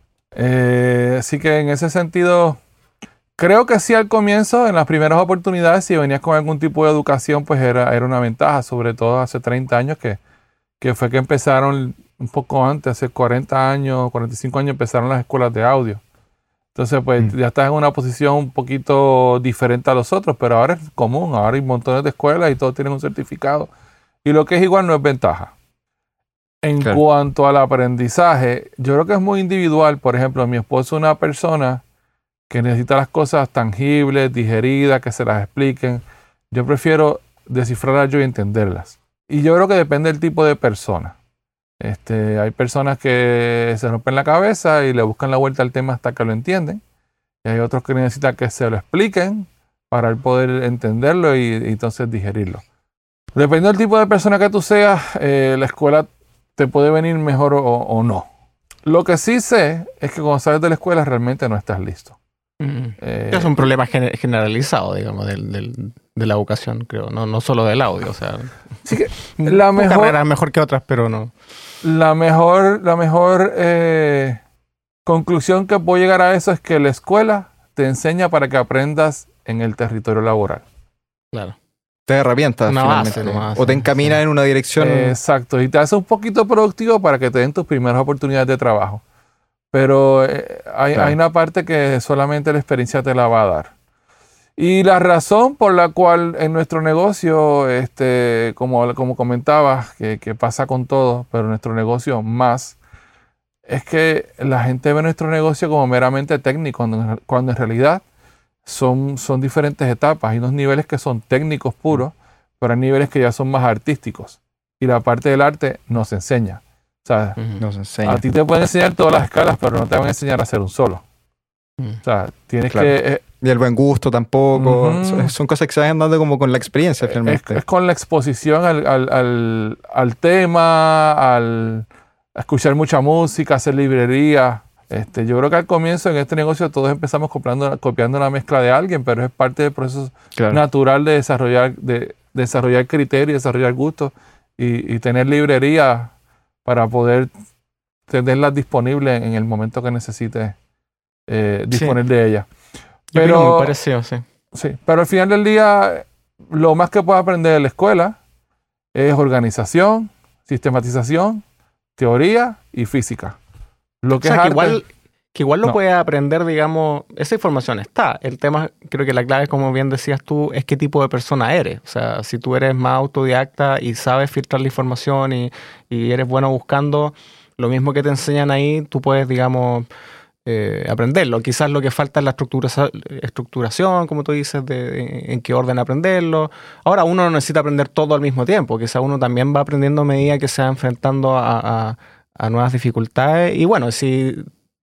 Eh, así que en ese sentido, creo que sí al comienzo, en las primeras oportunidades, si venías con algún tipo de educación, pues era, era una ventaja, sobre todo hace treinta años que, que fue que empezaron... Un poco antes, hace cuarenta años, cuarenta y cinco años, empezaron las escuelas de audio. Entonces, pues mm. ya estás en una posición un poquito diferente a los otros, pero ahora es común. Ahora hay montones de escuelas y todos tienen un certificado. Y lo que es igual no es ventaja. En claro. cuanto al aprendizaje, yo creo que es muy individual. Por ejemplo, mi esposo es una persona que necesita las cosas tangibles, digeridas, que se las expliquen. Yo prefiero descifrarlas yo y entenderlas. Y yo creo que depende del tipo de persona. Este, hay personas que se rompen la cabeza y le buscan la vuelta al tema hasta que lo entienden. Y hay otros que necesitan que se lo expliquen para poder entenderlo y, y entonces digerirlo. Dependiendo del tipo de persona que tú seas, eh, la escuela te puede venir mejor o, o no. Lo que sí sé es que cuando sales de la escuela realmente no estás listo. Mm. Eh, es un problema gener- generalizado, digamos, del, del, de la educación, creo. No, no solo del audio. O sea, sí que la mejor carrera mejor que otras, pero no. La mejor, la mejor eh, conclusión que puedo llegar a eso es que la escuela te enseña para que aprendas en el territorio laboral. Claro. Te da herramientas, no finalmente. Hace, no hace, o te encamina sí. en una dirección. Eh, exacto. Y te hace un poquito productivo para que te den tus primeras oportunidades de trabajo. Pero eh, hay, claro. hay una parte que solamente la experiencia te la va a dar. Y la razón por la cual en nuestro negocio, este, como, como comentabas, que, que pasa con todo, pero nuestro negocio más, es que la gente ve nuestro negocio como meramente técnico, cuando, cuando en realidad son, son diferentes etapas. Hay unos niveles que son técnicos puros, pero hay niveles que ya son más artísticos. Y la parte del arte nos enseña. O sea, Nos enseña. a ti te pueden enseñar todas las escalas, pero no te van a enseñar a hacer un solo. O sea, tienes Claro. que... eh, Y el buen gusto tampoco. Ujú. Son, son cosas que se van dando como con la experiencia, Es, finalmente. es con la exposición al, al, al, al tema, al a escuchar mucha música, hacer librería. Este, yo creo que al comienzo en este negocio todos empezamos comprando, copiando una mezcla de alguien, pero es parte del proceso Claro. natural de desarrollar, de, de desarrollar criterios, desarrollar gustos y, y tener librería para poder tenerlas disponibles en el momento que necesites eh, disponer de ellas. Yo Pero, opino muy parecido, sí. sí, pero al final del día, lo más que puedes aprender en la escuela es organización, sistematización, teoría y física. Lo que O sea, es que arte, igual, que igual lo No. puedes aprender, digamos, esa información está. El tema, creo que la clave, como bien decías tú, es qué tipo de persona eres. O sea, si tú eres más autodidacta y sabes filtrar la información y, y eres bueno buscando, lo mismo que te enseñan ahí, tú puedes, digamos, eh, aprenderlo. Quizás lo que falta es la estructura, estructuración, como tú dices, de en qué orden aprenderlo. Ahora, uno no necesita aprender todo al mismo tiempo. Quizás uno también va aprendiendo a medida que se va enfrentando a, a, a nuevas dificultades. Y bueno, si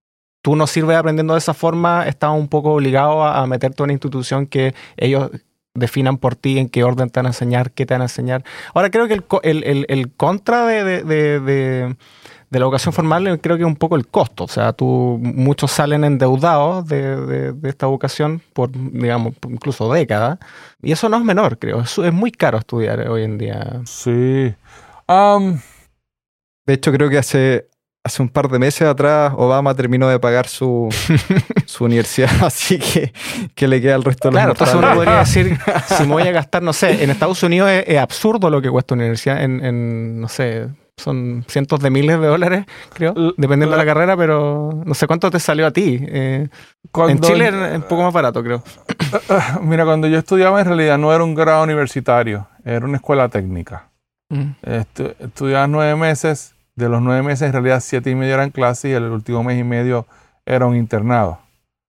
tú no sirves aprendiendo de esa forma, estás un poco obligado a, a meterte en una institución que ellos definan por ti en qué orden te van a enseñar, qué te van a enseñar. Ahora, creo que el, co- el, el, el contra de, de, de, de, de la educación formal creo que es un poco el costo. O sea, tú, muchos salen endeudados de, de, de esta educación por, digamos, incluso décadas. Y eso no es menor, creo. Es, es muy caro estudiar hoy en día. sí. Um, De hecho, creo que hace, hace un par de meses atrás Obama terminó de pagar su, su universidad, así que, que le queda el resto de los Claro, entonces uno mortales. podría decir, si me voy a gastar, no sé, en Estados Unidos es, es absurdo lo que cuesta una universidad, en, en, no sé, son cientos de miles de dólares, creo, L- dependiendo de la- la carrera, pero no sé cuánto te salió a ti. Eh, en cuando- Chile es un poco más barato, creo. Mira, cuando yo estudiaba en realidad no era un grado universitario, era una escuela técnica. Mm. Estu- estudiaba nueve meses, de los nueve meses en realidad siete y medio eran clases y el último mes y medio era un internado.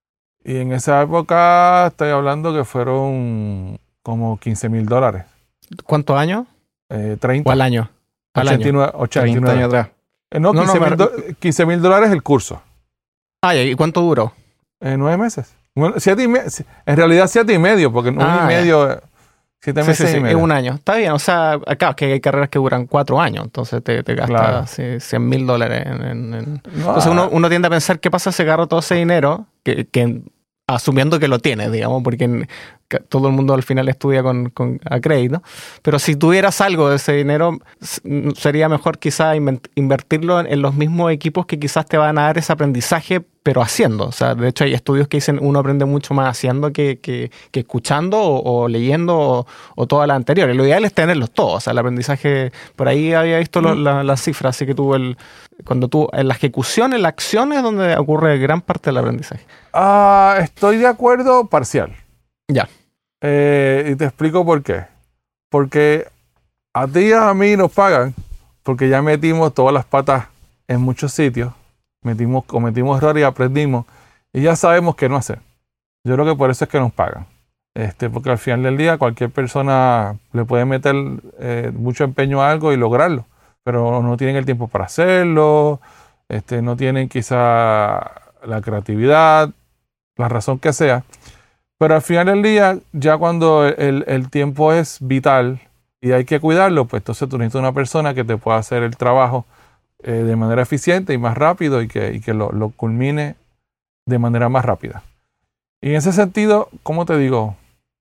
Y en esa época estoy hablando que fueron como quince mil dólares. ¿Cuántos años? Eh, ¿O treinta, al año? Al ochenta y año. nueve, ochenta y treinta años nueve. atrás. Eh, no, No, no, quince mil me- do- quince mil dólares el curso. Ah, ¿y cuánto duró? Eh, nueve meses. Bueno, siete y me- en realidad siete y medio, porque un Ah, y medio, eh, siete Sí, meses sí, sí, y es medio. un año. Está bien, o sea, acá es que hay carreras que duran cuatro años, entonces te, te gastas Claro. sí, cien mil dólares en... en- en- No, Entonces uno, uno tiende a pensar qué pasa si agarro todo ese dinero, que, que asumiendo que lo tienes, digamos, porque en- que todo el mundo al final estudia con, con a crédito. Pero si tuvieras algo de ese dinero, s- sería mejor quizás inven- invertirlo en, en los mismos equipos que quizás te van a dar ese aprendizaje, pero haciendo. O sea, de hecho hay estudios que dicen uno aprende mucho más haciendo que, que, que escuchando o, o leyendo o, o todas las anteriores. Lo ideal es tenerlos todos. O sea, el aprendizaje, por ahí había visto lo- la- las cifras, así que tuvo el... Cuando tú, en la ejecución, en la acción es donde ocurre gran parte del aprendizaje. Ah, estoy de acuerdo parcial. Ya. Eh, y te explico por qué. Porque a ti y a mí nos pagan porque ya metimos todas las patas en muchos sitios, metimos, cometimos errores y aprendimos y ya sabemos qué no hacer. Yo creo que por eso es que nos pagan. Este, porque al final del día cualquier persona le puede meter eh, mucho empeño a algo y lograrlo, pero no tienen el tiempo para hacerlo, este, no tienen quizá la creatividad, la razón que sea. Pero al final del día, ya cuando el, el tiempo es vital y hay que cuidarlo, pues entonces tú necesitas una persona que te pueda hacer el trabajo eh, de manera eficiente y más rápido y que, y que lo, lo culmine de manera más rápida. Y en ese sentido, ¿cómo te digo?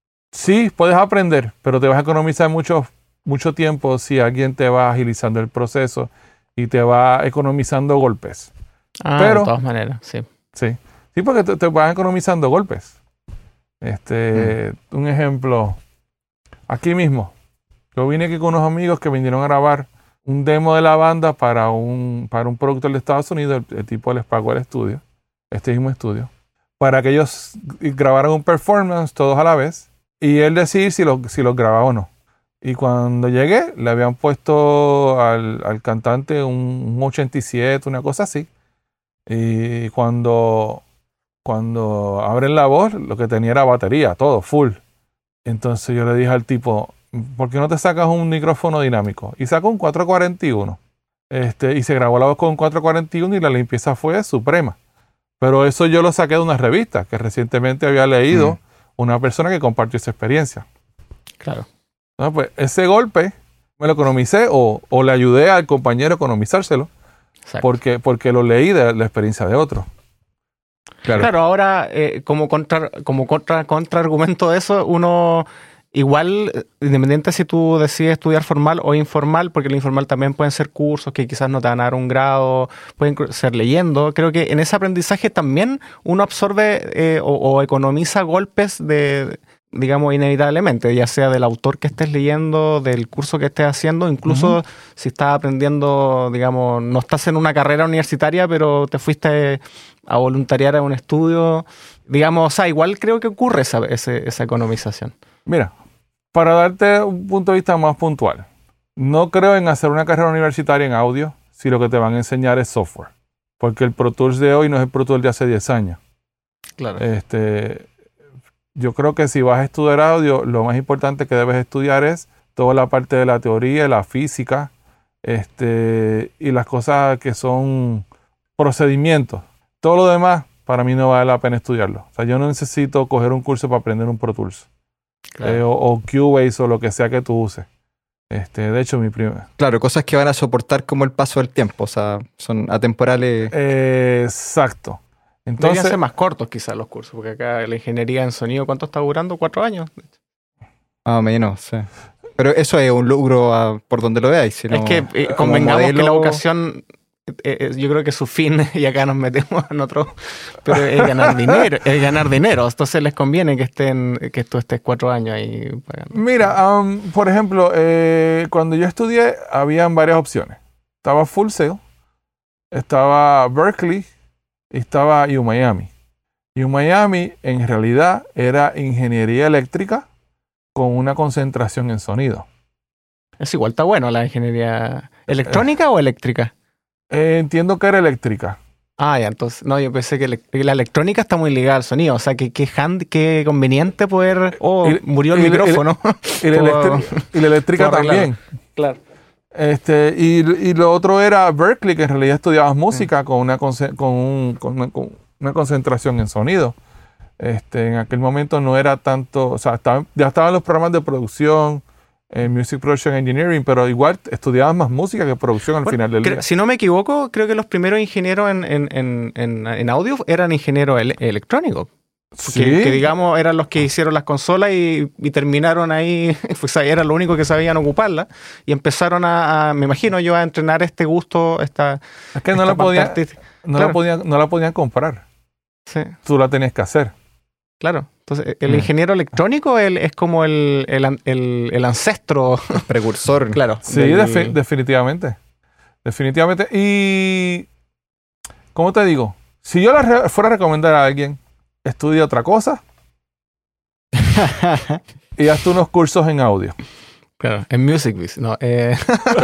Sí, puedes aprender, pero te vas a economizar mucho, mucho tiempo si alguien te va agilizando el proceso y te va economizando golpes. Ah, Pero- de todas maneras, sí. Sí, sí, porque te, te van economizando golpes. Este, un ejemplo, aquí mismo, yo vine aquí con unos amigos que vinieron a grabar un demo de la banda para un, para un productor de Estados Unidos, el, el tipo les pagó el estudio, este mismo estudio. para que ellos grabaran un performance todos a la vez y él decidir si los si los grababa o no. Y cuando llegué, le habían puesto al, al cantante un, un ochenta y siete, una cosa así. Y cuando, cuando abren la voz, lo que tenía era batería, todo, full. Entonces yo le dije al tipo, ¿por qué no te sacas un micrófono dinámico? Y sacó un cuatro cuarenta y uno. Este, y se grabó la voz con un cuatro cuarenta y uno y la limpieza fue suprema. Pero eso yo lo saqué de una revista que recientemente había leído mm. una persona que compartió esa experiencia. Claro. No, pues ese golpe me lo economicé o, o le ayudé al compañero a economizárselo porque, porque lo leí de la experiencia de otro. Claro, claro ahora eh, como contra, como contra, contraargumento de eso, uno igual, independiente si tú decides estudiar formal o informal, porque lo informal también pueden ser cursos que quizás no te van a dar un grado, pueden ser leyendo, creo que en ese aprendizaje también uno absorbe eh, o, o economiza golpes de... digamos, inevitablemente, ya sea del autor que estés leyendo, del curso que estés haciendo, incluso uh-huh. si estás aprendiendo, digamos, no estás en una carrera universitaria, pero te fuiste a voluntariar a un estudio, digamos, o sea, igual creo que ocurre esa, esa, esa economización. Mira, para darte un punto de vista más puntual, no creo en hacer una carrera universitaria en audio si lo que te van a enseñar es software, porque el Pro Tools de hoy no es el Pro Tools de hace diez años. Claro. Este... Yo creo que si vas a estudiar audio, lo más importante que debes estudiar es toda la parte de la teoría, la física, este, y las cosas que son procedimientos. Todo lo demás, para mí no vale la pena estudiarlo. O sea, yo no necesito coger un curso para aprender un Pro Tools. Claro. Eh, o, o Cubase o lo que sea que tú uses. Este, de hecho, mi primera. Claro, cosas que van a soportar como el paso del tiempo, o sea, son atemporales. Eh, exacto. Entonces, deberían ser más cortos quizás los cursos, porque acá la ingeniería en sonido, ¿cuánto está durando? ¿Cuatro años? Más o menos, sí. Pero eso es un logro a, por donde lo veáis. Sino, es que eh, convengamos modelo... que la vocación, eh, eh, yo creo que su fin, y acá nos metemos en otro, pero es ganar dinero, es ganar dinero. Entonces les conviene que estén, que tú estés cuatro años ahí pagando. Mira, um, por ejemplo, eh, cuando yo estudié, habían varias opciones. Estaba Full Sail, estaba Berkeley, estaba U Miami. U Miami en realidad era ingeniería eléctrica con una concentración en sonido. Es igual, está bueno la ingeniería electrónica eh, o eléctrica. Eh, entiendo que era eléctrica. Ah, ya, entonces, no, yo pensé que la electrónica está muy ligada al sonido, o sea, que qué qué conveniente poder... Oh, y, murió el y, micrófono. Y, y, la, electri- y la eléctrica también. Claro. Este, y, y lo otro era Berkeley, que en realidad estudiabas música mm. con, una, con, un, con, una, con una concentración en sonido. Este, en aquel momento no era tanto, o sea, estaban, ya estaban los programas de producción, eh, Music Production Engineering, pero igual estudiabas más música que producción al bueno, final del creo, día. Si no me equivoco, creo que los primeros ingenieros en, en, en, en, en audio eran ingenieros ele- electrónicos. Sí. Que, que digamos eran los que hicieron las consolas y, y terminaron ahí, pues era lo único que sabían ocuparla y empezaron a, a, me imagino yo, a entrenar este gusto, esta... Es que no, la podían, no, claro. la podían, no la podían comprar. Sí. Tú la tenías que hacer. Claro. Entonces, el mm. ingeniero electrónico el, es como el, el, el, el ancestro. El precursor. Claro. Sí, del... defi- definitivamente. Definitivamente. Y, ¿cómo te digo? Si yo la re- fuera a recomendar a alguien, estudia otra cosa y hazte unos cursos en audio. Claro, en MusicBiz, no. Eh,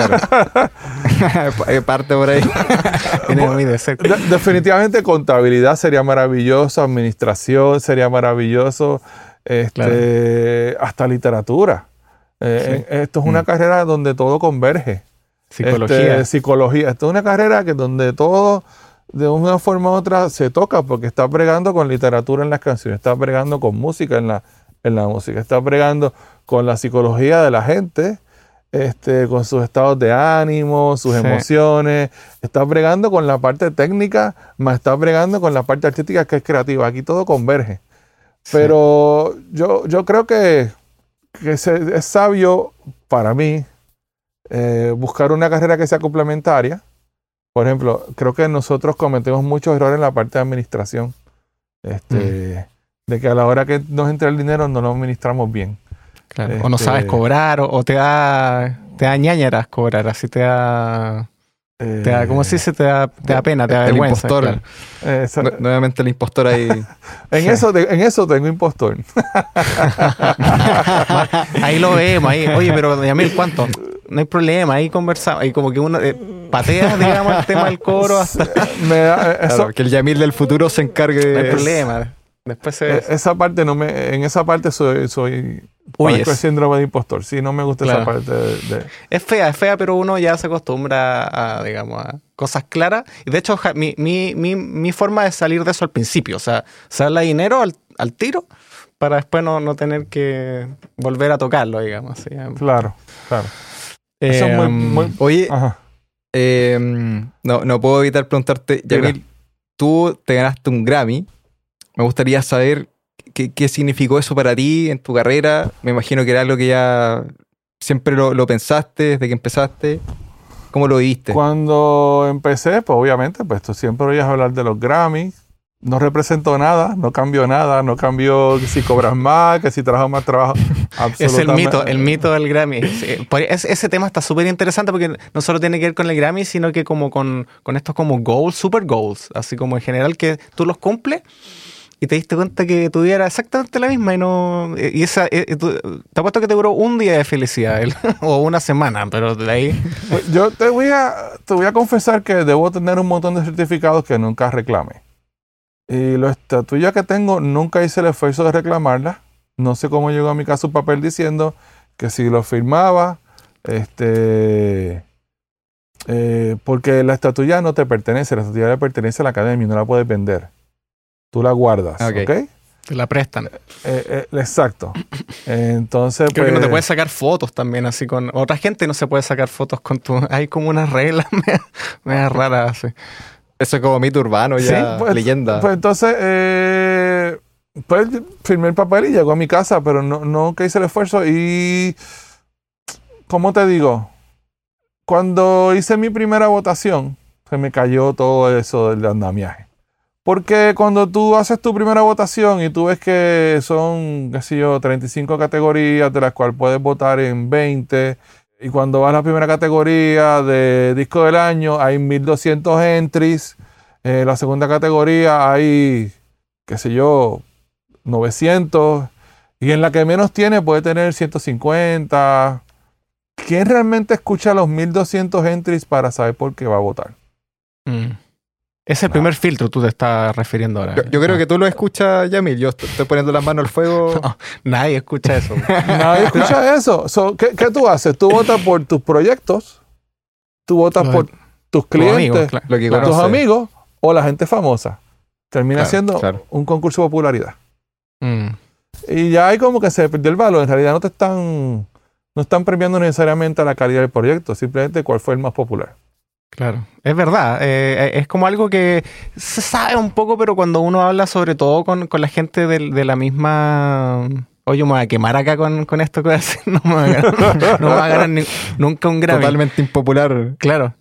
parte por ahí. De, definitivamente contabilidad sería maravilloso, administración sería maravilloso, este, claro. hasta literatura. Eh, sí. Esto es una mm. carrera donde todo converge. Psicología. Este, psicología. Esto es una carrera que donde todo de una forma u otra se toca porque está bregando con literatura en las canciones, está bregando con música en la, en la música, está bregando con la psicología de la gente, este, con sus estados de ánimo, sus sí. emociones, está bregando con la parte técnica, más está bregando con la parte artística que es creativa. Aquí todo converge. Sí. Pero yo, yo creo que, que se, es sabio para mí eh, buscar una carrera que sea complementaria. Por ejemplo, creo que nosotros cometemos muchos errores en la parte de administración. Este, mm. De que a la hora que nos entra el dinero no lo administramos bien. Claro. Este, o no sabes cobrar, o, o te da te da ñañaras cobrar, así te da... Eh, Te da, ¿cómo se dice? Te da, te da pena, te da El vergüenza. impostor. Claro. eh, esa- Nu- nuevamente el impostor ahí. en, sí. eso, te- en eso tengo impostor. Ahí lo vemos, ahí. Oye, pero Yamil, ¿cuánto? No hay problema, ahí conversamos. Ahí como que uno eh, patea, digamos, el tema del coro hasta... Me da- eh, eso- Claro, que el Yamil del futuro se encargue No hay de... problema. Después se... eh, esa parte no me, en esa parte soy, soy Huyes. padezco el síndrome de impostor. Sí, no me gusta Claro. esa parte de, de- Es fea, es fea, pero uno ya se acostumbra a, digamos, a cosas claras. Y de hecho, ja- mi, mi, mi, mi forma es salir de eso al principio. O sea, sacarle dinero al, al tiro para después no, no tener que volver a tocarlo, digamos. Así. Claro, claro. Eso es muy, Em, muy- Oye, Ajá. eh, no, no puedo evitar preguntarte, Yamil, Mira. tú te ganaste un Grammy. Me gustaría saber qué, qué significó eso para ti en tu carrera. Me imagino que era algo que ya siempre lo, lo pensaste desde que empezaste. ¿Cómo lo viviste? Cuando empecé, pues obviamente, pues tú siempre oías hablar de los Grammys. No representó nada, no cambió nada, no cambió que si cobras más, que si trabajas más trabajo. Es el mito, Absolutamente. el mito del Grammy. Sí, por- es- ese tema está súper interesante porque no solo tiene que ver con el Grammy, sino que como con, con estos como goals, super goals, así como en general que tú los cumples y te diste cuenta que tuviera exactamente la misma y no... Y esa, eh, tú- te apuesto que te duró un día de felicidad el- o una semana, pero de ahí... Pues yo te voy, a, te voy a confesar que debo tener un montón de certificados que nunca reclamé. Y las estatuillas que tengo, nunca hice el esfuerzo de reclamarlas. No sé cómo llegó a mi casa un papel diciendo que si lo firmaba, este, eh, porque la estatuilla no te pertenece, la estatuilla le pertenece a la academia y no la puedes vender. Tú la guardas, Ok. ¿ok? Te la prestan. Eh, eh, exacto. Entonces, Creo que no te pues, puedes sacar fotos también, así con... Otra gente no se puede sacar fotos con tu... Hay como unas reglas medio, medio raras, así. Eso es como mito urbano, ya pues, leyenda. Pues entonces, eh, pues firmé el papel y llegó a mi casa, pero no, no que hice el esfuerzo. Y, ¿cómo te digo? Cuando hice mi primera votación, se me cayó todo eso del andamiaje. Porque cuando tú haces tu primera votación y tú ves que son, qué sé yo, treinta y cinco categorías, de las cuales puedes votar en veinte, y cuando vas a la primera categoría de disco del año hay mil doscientos entries, en la segunda categoría hay, qué sé yo, novecientos, y en la que menos tiene puede tener ciento cincuenta. ¿Quién realmente escucha los mil doscientos entries para saber por qué va a votar? Mm. Es el primer filtro, tú te estás refiriendo ahora. Yo, yo creo que tú lo escuchas, Yamil. Yo est- estoy poniendo las manos al fuego. No, nadie escucha eso. Nadie escucha eso. So, ¿qué, qué tú haces? Tú votas por tus proyectos, tú votas Los- por tus Tus clientes, amigos, claro. Lo que tus conoces. amigos o la gente famosa. Termina Claro, siendo claro. un concurso de popularidad. Mm. Y ya hay como que se perdió el valor. En realidad no te están, no están premiando necesariamente la calidad del proyecto, simplemente cuál fue el más popular. Claro, es verdad. eh, es como algo que se sabe un poco, pero cuando uno habla sobre todo con, con la gente de, de la misma... Oye, me voy a quemar acá con, con esto que voy a decir. No me voy a ganar, no me voy a ganar ni- nunca un Grammy. Totalmente impopular. Claro.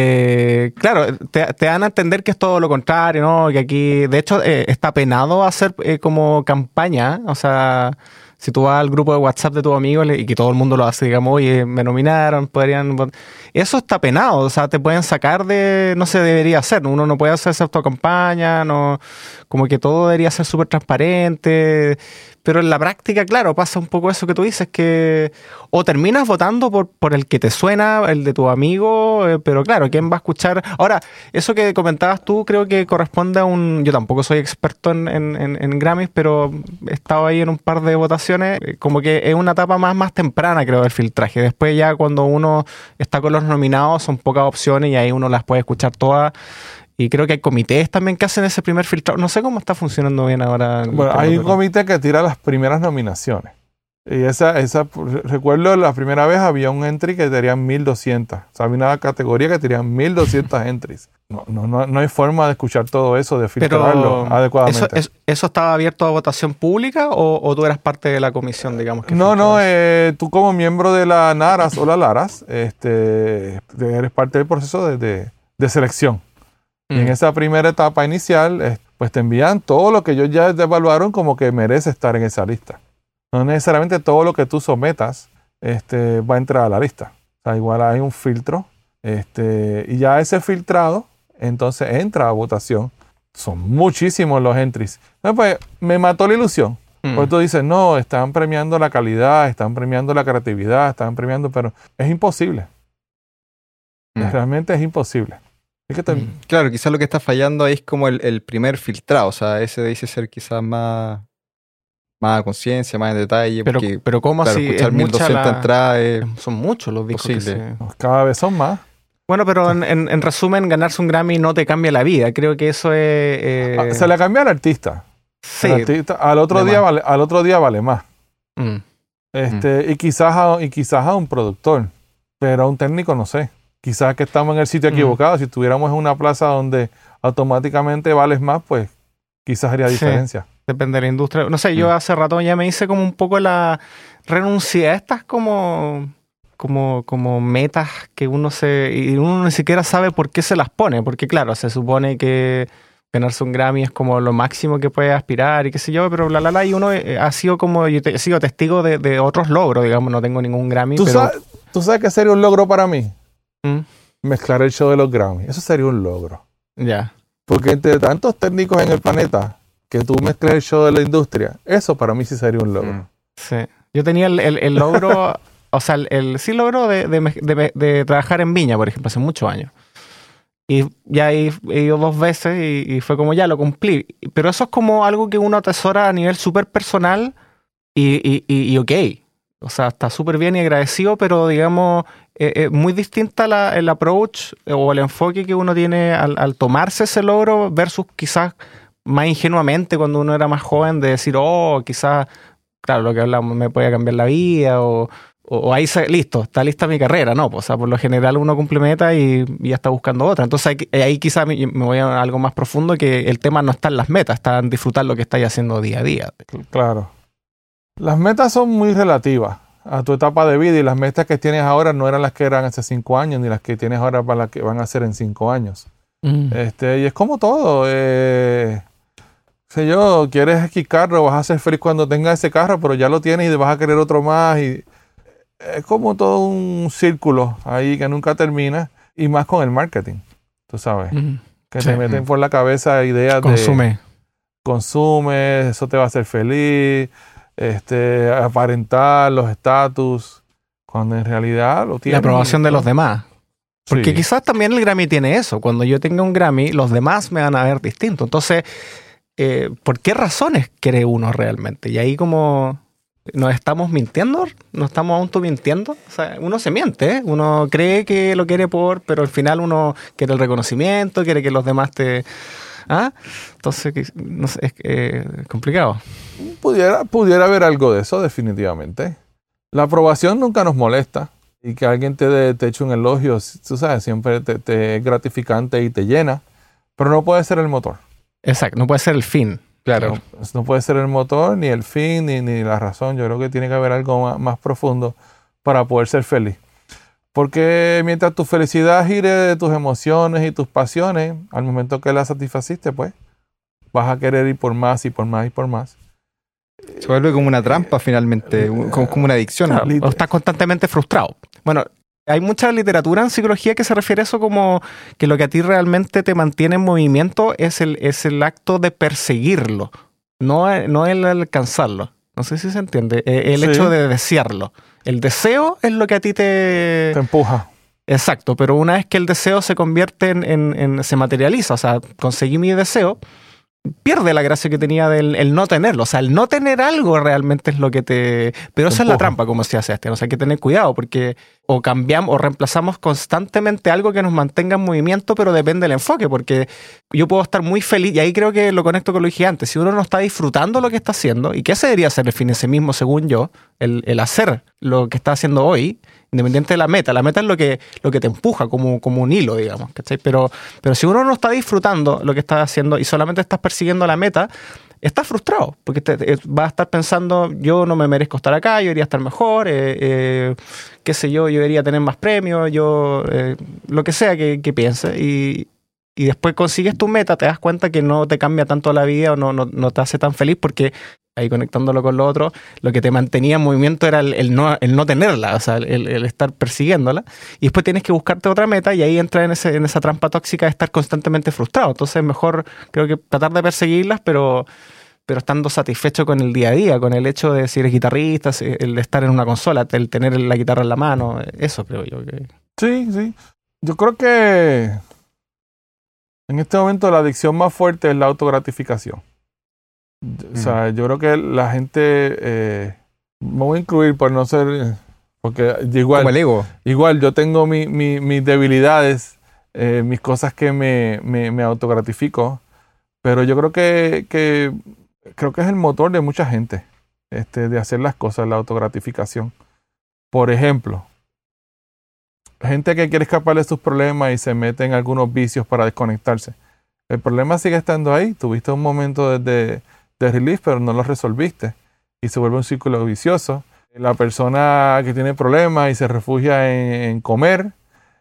Eh, claro, te, te dan a entender que es todo lo contrario, ¿no? Que aquí, de hecho, eh, está penado hacer eh, como campaña. O sea, si tú vas al grupo de WhatsApp de tus amigos le- y que todo el mundo lo hace, digamos, oye, me nominaron, podrían... vot-". Eso está penado, o sea, te pueden sacar de... No se debería hacer, uno no puede hacer esa autocampaña, no... Como que todo debería ser súper transparente. Pero en la práctica, claro, pasa un poco eso que tú dices, que o terminas votando por, por el que te suena, el de tu amigo, eh, pero claro, ¿quién va a escuchar? Ahora, eso que comentabas tú creo que corresponde a un... Yo tampoco soy experto en, en, en, en Grammys, pero he estado ahí en un par de votaciones, eh, como que es una etapa más, más temprana, creo, del filtraje. Después ya cuando uno está con los nominados son pocas opciones y ahí uno las puede escuchar todas. Y creo que hay comités también que hacen ese primer filtrado. No sé cómo está funcionando bien ahora. Bueno, hay un comité que tira las primeras nominaciones. Y esa, esa, recuerdo la primera vez había un entry que tenían mil doscientas. O sea, había una categoría que tenían mil doscientas entries. No, no, no, no hay forma de escuchar todo eso, de filtrarlo Pero, adecuadamente. ¿eso, eso, ¿Eso estaba abierto a votación pública o, o tú eras parte de la comisión, digamos? Que No, no, filtraba eso? eh, tú como miembro de la NARAS o la LARAS, este, eres parte del proceso de, de, de selección. Y en Mm. esa primera etapa inicial, eh, pues te envían todo lo que ellos ya te evaluaron como que merece estar en esa lista. No necesariamente todo lo que tú sometas este, va a entrar a la lista. O sea, igual hay un filtro Este, y ya ese filtrado, entonces entra a votación. Son muchísimos los entries. Entonces, pues, me mató la ilusión. Mm. Pues tú dices, no, están premiando la calidad, están premiando la creatividad, están premiando, pero es imposible. Mm. Realmente es imposible. Es que te... mm. Claro, quizás lo que está fallando ahí es como el, el primer filtrado. O sea, ese dice ser quizás más, más a conciencia, más en detalle. Pero, porque, pero ¿cómo claro, así? escuchar mil doscientas la... entradas es... Son muchos los discos que se... Cada vez son más. Bueno, pero en, en, en resumen, ganarse un Grammy no te cambia la vida. Creo que eso es... Eh... Se le cambia al artista. Sí. El artista al, otro día vale, al otro día vale más. Mm. Este, mm. y, quizás a, y quizás a un productor, pero a un técnico no sé. Quizás que estamos en el sitio equivocado. Mm. Si estuviéramos en una plaza donde automáticamente vales más, pues quizás haría diferencia. Sí. Depende de la industria. No sé, yo mm. hace rato ya me hice como un poco la... Renuncié a estas como... Como, como metas que uno se... Y uno ni siquiera sabe por qué se las pone. Porque claro, se supone que ganarse un Grammy es como lo máximo que puede aspirar y qué sé yo, pero la la la, y uno ha sido como... Yo te, he sido testigo de, de otros logros, digamos, no tengo ningún Grammy, ¿Tú, pero... sabes, ¿Tú sabes qué sería un logro para mí? ¿Mm? Mezclar el show de los Grammy. Eso sería un logro. Ya. Yeah. Porque entre tantos técnicos en el planeta, que tú mezcles el show de la industria, eso para mí sí sería un logro. Sí. Yo tenía el, el, el logro... O sea, el, el sí logró de, de, de, de trabajar en Viña, por ejemplo, hace muchos años. Y ya he, he ido dos veces y, y fue como ya lo cumplí. Pero eso es como algo que uno atesora a nivel súper personal y, y, y, y ok. O sea, está súper bien y agradecido, pero digamos, eh, eh, muy distinta la, el approach o el enfoque que uno tiene al, al tomarse ese logro versus quizás más ingenuamente cuando uno era más joven de decir, oh, quizás, claro, lo que hablamos me puede cambiar la vida o... O ahí, se, listo, está lista mi carrera, ¿no? Pues, o sea, por lo general uno cumple meta y, y ya está buscando otra. Entonces ahí, ahí quizás me, me voy a algo más profundo, que el tema no está en las metas, está en disfrutar lo que estáis haciendo día a día. Claro. Las metas son muy relativas a tu etapa de vida y las metas que tienes ahora no eran las que eran hace cinco años ni las que tienes ahora para las que van a ser en cinco años. Mm. Este, y es como todo. Eh, sé yo, quieres X carro, vas a ser feliz cuando tengas ese carro, pero ya lo tienes y vas a querer otro más y... Es como todo un círculo ahí que nunca termina, y más con el marketing, tú sabes, mm, que sí, te meten mm. por la cabeza ideas consume. de consume, eso te va a hacer feliz, este, aparentar los estatus, cuando en realidad lo tiene. La aprobación de los demás. Porque sí. Quizás también el Grammy tiene eso. Cuando yo tenga un Grammy, los demás me van a ver distinto. Entonces, eh, ¿por qué razones quiere uno realmente? Y ahí como... ¿Nos estamos mintiendo? ¿Nos estamos automintiendo? O sea, uno se miente, ¿eh? Uno cree que lo quiere por, pero al final uno quiere el reconocimiento, quiere que los demás te... ¿Ah? Entonces, no sé, es eh, complicado. Pudiera, pudiera haber algo de eso, definitivamente. La aprobación nunca nos molesta. Y que alguien te, de, te eche un elogio, tú sabes, siempre te, te es gratificante y te llena. Pero no puede ser el motor. Exacto, no puede ser el fin. Claro. No, no puede ser el motor, ni el fin, ni, ni la razón. Yo creo que tiene que haber algo más, más profundo para poder ser feliz. Porque mientras tu felicidad gire de tus emociones y tus pasiones, al momento que las satisfaciste, pues, vas a querer ir por más y por más y por más. Se vuelve como una trampa finalmente, como, como una adicción. Claro, o estás constantemente frustrado. Bueno, hay mucha literatura en psicología que se refiere a eso como que lo que a ti realmente te mantiene en movimiento es el, es el acto de perseguirlo, no, no el alcanzarlo. No sé si se entiende. El sí. hecho de desearlo. El deseo es lo que a ti te... Te empuja. Exacto, pero una vez que el deseo se convierte en, en, en... se materializa, o sea, conseguí mi deseo, pierde la gracia que tenía del el no tenerlo. O sea, el no tener algo realmente es lo que te... Pero esa es la trampa, como se hace este. O sea, hay que tener cuidado porque o cambiamos o reemplazamos constantemente algo que nos mantenga en movimiento, pero depende del enfoque, porque yo puedo estar muy feliz, y ahí creo que lo conecto con lo que dije antes. Si uno no está disfrutando lo que está haciendo, ¿y qué se debería hacer el fin en sí mismo, según yo? El, el hacer lo que está haciendo hoy, independiente de la meta. La meta es lo que, lo que te empuja, como, como un hilo, digamos, ¿cachai? Pero, pero si uno no está disfrutando lo que está haciendo y solamente estás persiguiendo la meta, estás frustrado, porque te, te, vas a estar pensando, yo no me merezco estar acá, yo debería estar mejor, eh, eh, qué sé yo, yo debería tener más premios, yo, eh, lo que sea que, que pienses, y, y después consigues tu meta, te das cuenta que no te cambia tanto la vida o no, no, no te hace tan feliz, porque ahí conectándolo con lo otro, lo que te mantenía en movimiento era el, el, no, el no tenerla, o sea, el, el estar persiguiéndola, y después tienes que buscarte otra meta y ahí entras en, ese, en esa trampa tóxica de estar constantemente frustrado. Entonces es mejor, creo que tratar de perseguirlas, pero, pero estando satisfecho con el día a día, con el hecho de si eres guitarrista, el estar en una consola, el tener la guitarra en la mano, eso creo yo que... Sí, sí. Yo creo que en este momento la adicción más fuerte es la autogratificación. O sea, yo creo que la gente, eh, me voy a incluir por no ser, porque igual, como el ego. Igual yo tengo mi, mi, mis debilidades, eh, mis cosas que me, me, me autogratifico, pero yo creo que, que creo que es el motor de mucha gente, este, de hacer las cosas, la autogratificación. Por ejemplo, gente que quiere escapar de sus problemas y se mete en algunos vicios para desconectarse. El problema sigue estando ahí. Tuviste un momento de, de, de relief, pero no lo resolviste. Y se vuelve un círculo vicioso. La persona que tiene problemas y se refugia en, en comer,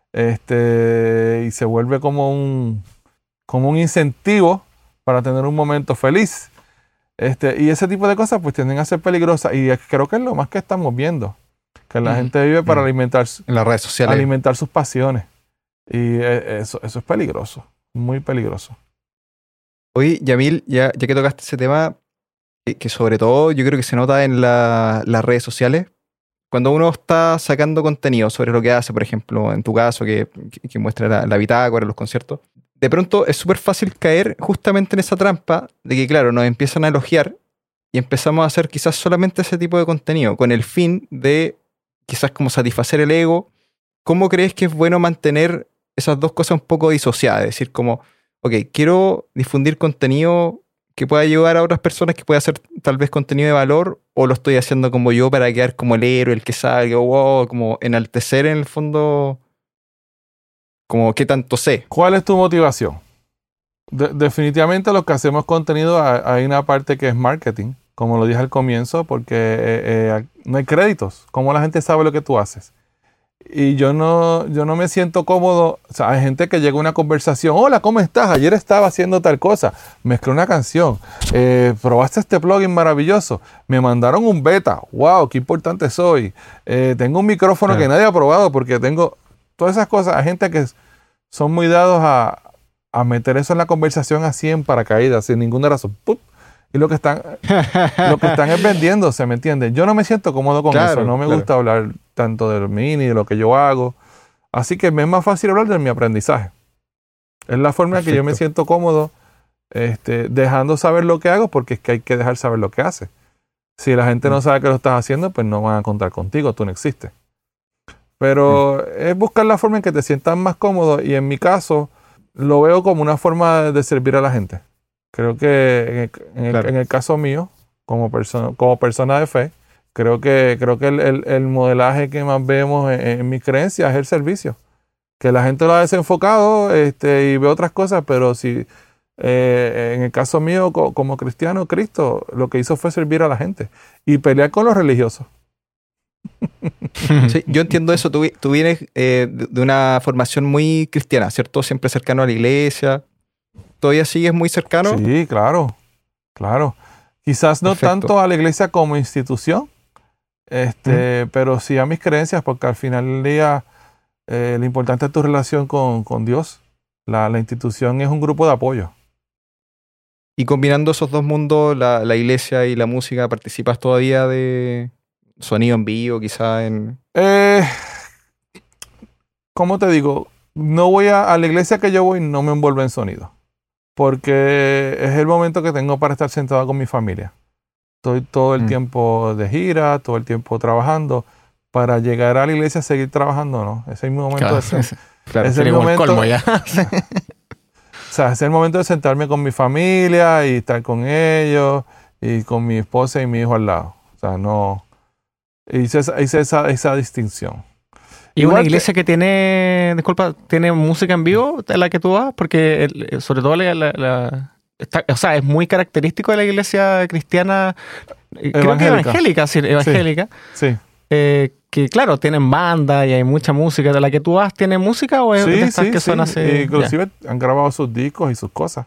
este, y se vuelve como un, como un incentivo para tener un momento feliz. Este, y ese tipo de cosas pues tienden a ser peligrosas. Y creo que es lo más que estamos viendo. Que la mm. gente vive para mm. alimentar, en las redes sociales. alimentar sus pasiones. Y eso, eso es peligroso. Muy peligroso. Oye, Yamil, ya, ya que tocaste ese tema, que, que sobre todo yo creo que se nota en la, las redes sociales, cuando uno está sacando contenido sobre lo que hace, por ejemplo, en tu caso, que, que, que muestra la, la bitácora, los conciertos, de pronto es súper fácil caer justamente en esa trampa de que, claro, nos empiezan a elogiar y empezamos a hacer quizás solamente ese tipo de contenido, con el fin de quizás como satisfacer el ego. ¿Cómo crees que es bueno mantener esas dos cosas un poco disociadas? Es decir, como, ok, quiero difundir contenido que pueda ayudar a otras personas, que pueda ser tal vez contenido de valor, o lo estoy haciendo como yo para quedar como el héroe, el que salga, wow, como enaltecer en el fondo, como qué tanto sé. ¿Cuál es tu motivación? De- definitivamente los que hacemos contenido hay una parte que es marketing, como lo dije al comienzo, porque eh, eh, no hay créditos. ¿Cómo la gente sabe lo que tú haces? Y yo no, yo no me siento cómodo. O sea, hay gente que llega a una conversación. Hola, ¿cómo estás? Ayer estaba haciendo tal cosa. Mezclé una canción. Eh, ¿Probaste este plugin maravilloso? Me mandaron un beta. ¡Wow! ¡Qué importante soy! Eh, tengo un micrófono Claro. que nadie ha probado porque tengo... Todas esas cosas. Hay gente que son muy dados a, a meter eso en la conversación así en paracaídas, sin ninguna razón. ¡Pup! Y lo que están lo que están es vendiéndose, ¿me entiendes? Yo no me siento cómodo con Claro, eso. No me claro. gusta hablar tanto de mí ni de lo que yo hago. Así que me es más fácil hablar de mi aprendizaje. Es la forma en que yo me Perfecto. siento cómodo, este, dejando saber lo que hago, porque es que hay que dejar saber lo que hace. Si la gente no sabe que lo estás haciendo, pues no van a contar contigo, tú no existes. Pero es buscar la forma en que te sientas más cómodo, y en mi caso lo veo como una forma de servir a la gente. Creo que en el, en el, Claro. en el caso mío, como, perso- como persona de fe, creo que, creo que el, el- el modelaje que más vemos en, en mis creencias es el servicio. Que la gente lo ha desenfocado, este, y ve otras cosas, pero si eh, en el caso mío, co- como cristiano, Cristo lo que hizo fue servir a la gente y pelear con los religiosos. Sí, yo entiendo eso. Tú, vi- tú vienes eh, de, de una formación muy cristiana, ¿cierto? Siempre cercano a la iglesia. ¿Todavía sigues muy cercano? Sí, claro, claro. Quizás no Perfecto. tanto a la iglesia como institución, este, pero sí a mis creencias, porque al final del día eh, lo importante es tu relación con, con Dios. La, la institución es un grupo de apoyo. Y combinando esos dos mundos, la, la iglesia y la música, ¿participas todavía de sonido en vivo, quizá en...? Eh, ¿Cómo te digo? No voy a, a la iglesia que yo voy, no me envuelvo en sonido, porque es el momento que tengo para estar sentado con mi familia. Estoy todo el Mm. tiempo de gira, todo el tiempo trabajando. Para llegar a la iglesia a seguir trabajando, ¿no? Ese es mi momento Claro, de ser. Claro. Es el sería como el momento- colmo ya. O sea, es el momento de sentarme con mi familia y estar con ellos y con mi esposa y mi hijo al lado. O sea, no... Hice esa, hice esa, esa distinción. ¿Y Igual una que- iglesia que tiene, disculpa, tiene música en vivo a la que tú vas? Porque el- sobre todo la, la- la- está- o sea, es muy característico de la iglesia cristiana, eh, creo que Evangélica. evangélica, sí, evangélica, Sí. eh, que claro, tienen banda y hay mucha música. ¿De la que tú vas tiene música o es de Sí, estas sí, que sí. son así? Inclusive han grabado sus discos y sus cosas.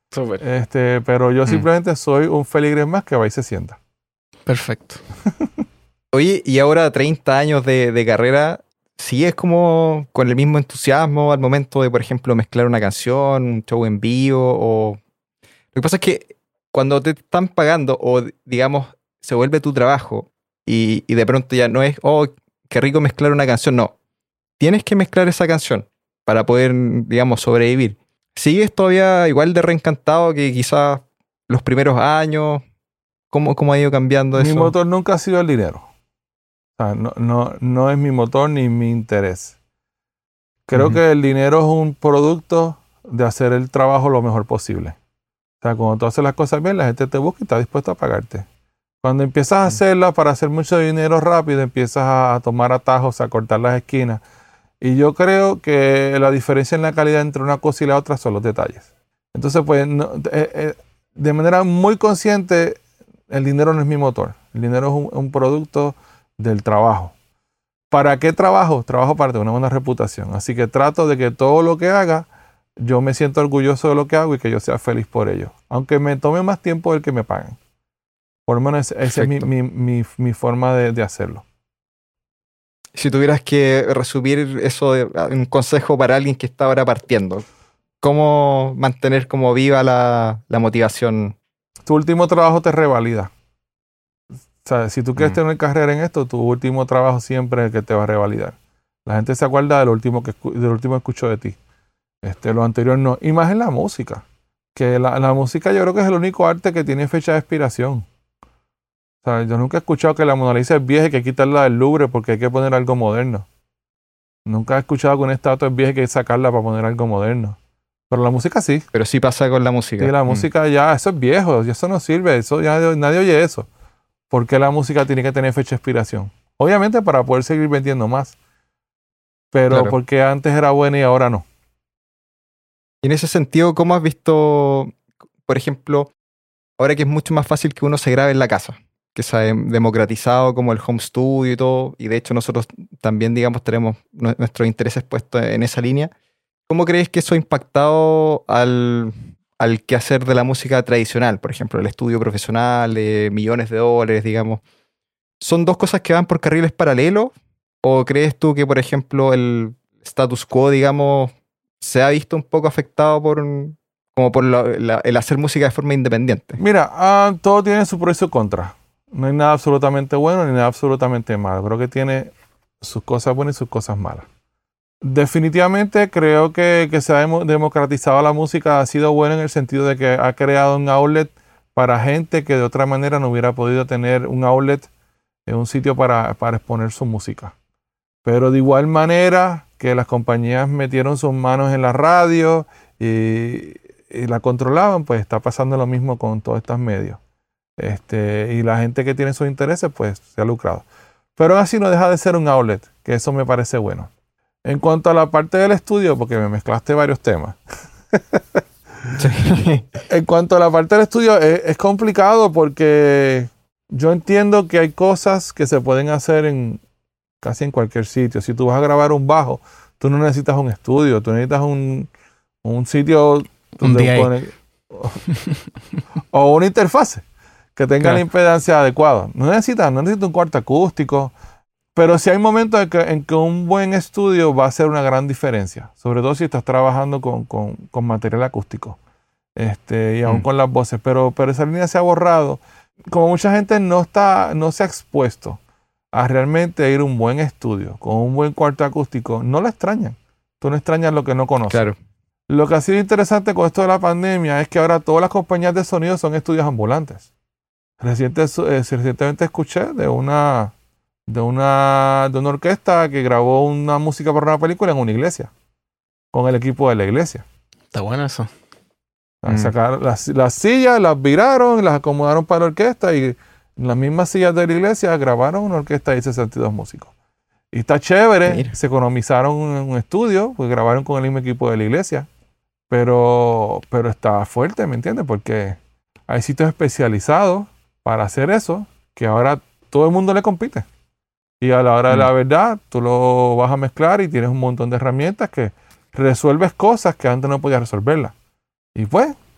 Súper. Este, pero yo Mm. simplemente soy un feligres más que va y se sienta. Perfecto. Oye, y ahora treinta años de, de carrera, ¿sigues como con el mismo entusiasmo al momento de, por ejemplo, mezclar una canción, un show en vivo? O... Lo que pasa es que cuando te están pagando o, digamos, se vuelve tu trabajo y, y de pronto ya no es, oh, qué rico mezclar una canción, no. Tienes que mezclar esa canción para poder, digamos, sobrevivir. ¿Sigues todavía igual de reencantado que quizás los primeros años? ¿Cómo, cómo ha ido cambiando Mi eso? motor nunca ha sido el dinero. O sea, no, no, no es mi motor ni mi interés. Creo Ujú. que el dinero es un producto de hacer el trabajo lo mejor posible. O sea, cuando tú haces las cosas bien, la gente te busca y está dispuesta a pagarte. Cuando empiezas a Mm. hacerla para hacer mucho dinero rápido, empiezas a tomar atajos, a cortar las esquinas. Y yo creo que la diferencia en la calidad entre una cosa y la otra son los detalles. Entonces, pues, no- eh, eh, de manera muy consciente, el dinero no es mi motor. El dinero es un, un producto del trabajo. ¿Para qué trabajo? Trabajo para tener una buena reputación. Así que trato de que todo lo que haga, yo me siento orgulloso de lo que hago y que yo sea feliz por ello. Aunque me tome más tiempo del que me pagan. Por lo menos esa es mi, Perfecto. mi, mi, mi forma de, de hacerlo. Si tuvieras que resumir eso de un consejo para alguien que está ahora partiendo, ¿cómo mantener como viva la, la motivación? Tu último trabajo te revalida. O sea, si tú quieres Mm. tener carrera en esto, tu último trabajo siempre es el que te va a revalidar. La gente se acuerda de lo último que, escu- de lo último que escuchó de ti. Este, lo anterior no. Y más en la música. Que la, la música yo creo que es el único arte que tiene fecha de expiración. O sea, yo nunca he escuchado que la Mona Lisa es vieja y que hay que quitarla del Louvre porque hay que poner algo moderno. Nunca he escuchado que una estatua es vieja y que hay que sacarla para poner algo moderno. Pero la música sí. Pero sí pasa con la música. Sí, la Mm. música ya, eso es viejo, ya eso no sirve, eso ya nadie oye eso. ¿Por qué la música tiene que tener fecha de expiración? Obviamente para poder seguir vendiendo más. Pero Claro. porque antes era buena y ahora no. Y en ese sentido, ¿cómo has visto, por ejemplo, ahora que es mucho más fácil que uno se grabe en la casa, que se ha dem- democratizado como el home studio y todo, y de hecho nosotros también, digamos, tenemos nue- nuestros intereses puestos en esa línea? ¿Cómo crees que eso ha impactado al, al quehacer de la música tradicional? Por ejemplo, el estudio profesional de millones de dólares, digamos. ¿Son dos cosas que van por carriles paralelos? ¿O crees tú que, por ejemplo, el status quo, digamos, se ha visto un poco afectado por, un- como por la- la- el hacer música de forma independiente? Mira, ah, todo tiene su pro y su contra. No hay nada absolutamente bueno ni nada absolutamente malo. Creo que tiene sus cosas buenas y sus cosas malas. Definitivamente creo que, que se ha demo- democratizado la música, ha sido bueno en el sentido de que ha creado un outlet para gente que de otra manera no hubiera podido tener un outlet en un sitio para, para exponer su música. Pero de igual manera que las compañías metieron sus manos en la radio y, y la controlaban, pues está pasando lo mismo con todos estos medios. Este, y la gente que tiene sus intereses, pues se ha lucrado. Pero aún así no deja de ser un outlet, que eso me parece bueno. En cuanto a la parte del estudio, porque me mezclaste varios temas. Sí. En cuanto a la parte del estudio, es, es complicado porque yo entiendo que hay cosas que se pueden hacer en casi en cualquier sitio. Si tú vas a grabar un bajo, tú no necesitas un estudio, tú necesitas un, un sitio donde D A. pone- o una interfase que tenga Claro. la impedancia adecuada. No necesitas, no necesitas un cuarto acústico, pero sí hay momentos en que, en que un buen estudio va a hacer una gran diferencia, sobre todo si estás trabajando con, con- con material acústico este, y aún Mm. con las voces, pero, pero esa línea se ha borrado. Como mucha gente no, está, no se ha expuesto a realmente ir a un buen estudio, con un buen cuarto acústico, no lo extrañan. Tú no extrañas lo que no conoces. Claro. Lo que ha sido interesante con esto de la pandemia es que ahora todas las compañías de sonido son estudios ambulantes. Reciente, eh, recientemente escuché de una, de, una, de una orquesta que grabó una música para una película en una iglesia, con el equipo de la iglesia. Está bueno eso. Mm. Sacaron las, las sillas, las viraron, las acomodaron para la orquesta y en las mismas sillas de la iglesia grabaron una orquesta de sesenta y dos músicos. Y está chévere, Mira. se economizaron un, un estudio, pues grabaron con el mismo equipo de la iglesia. Pero, pero está fuerte, ¿me entiendes? Porque hay sitios especializados para hacer eso, que ahora todo el mundo le compite. Y a la hora de Mm. la verdad, tú lo vas a mezclar y tienes un montón de herramientas que resuelves cosas que antes no podías resolverlas. Y pues,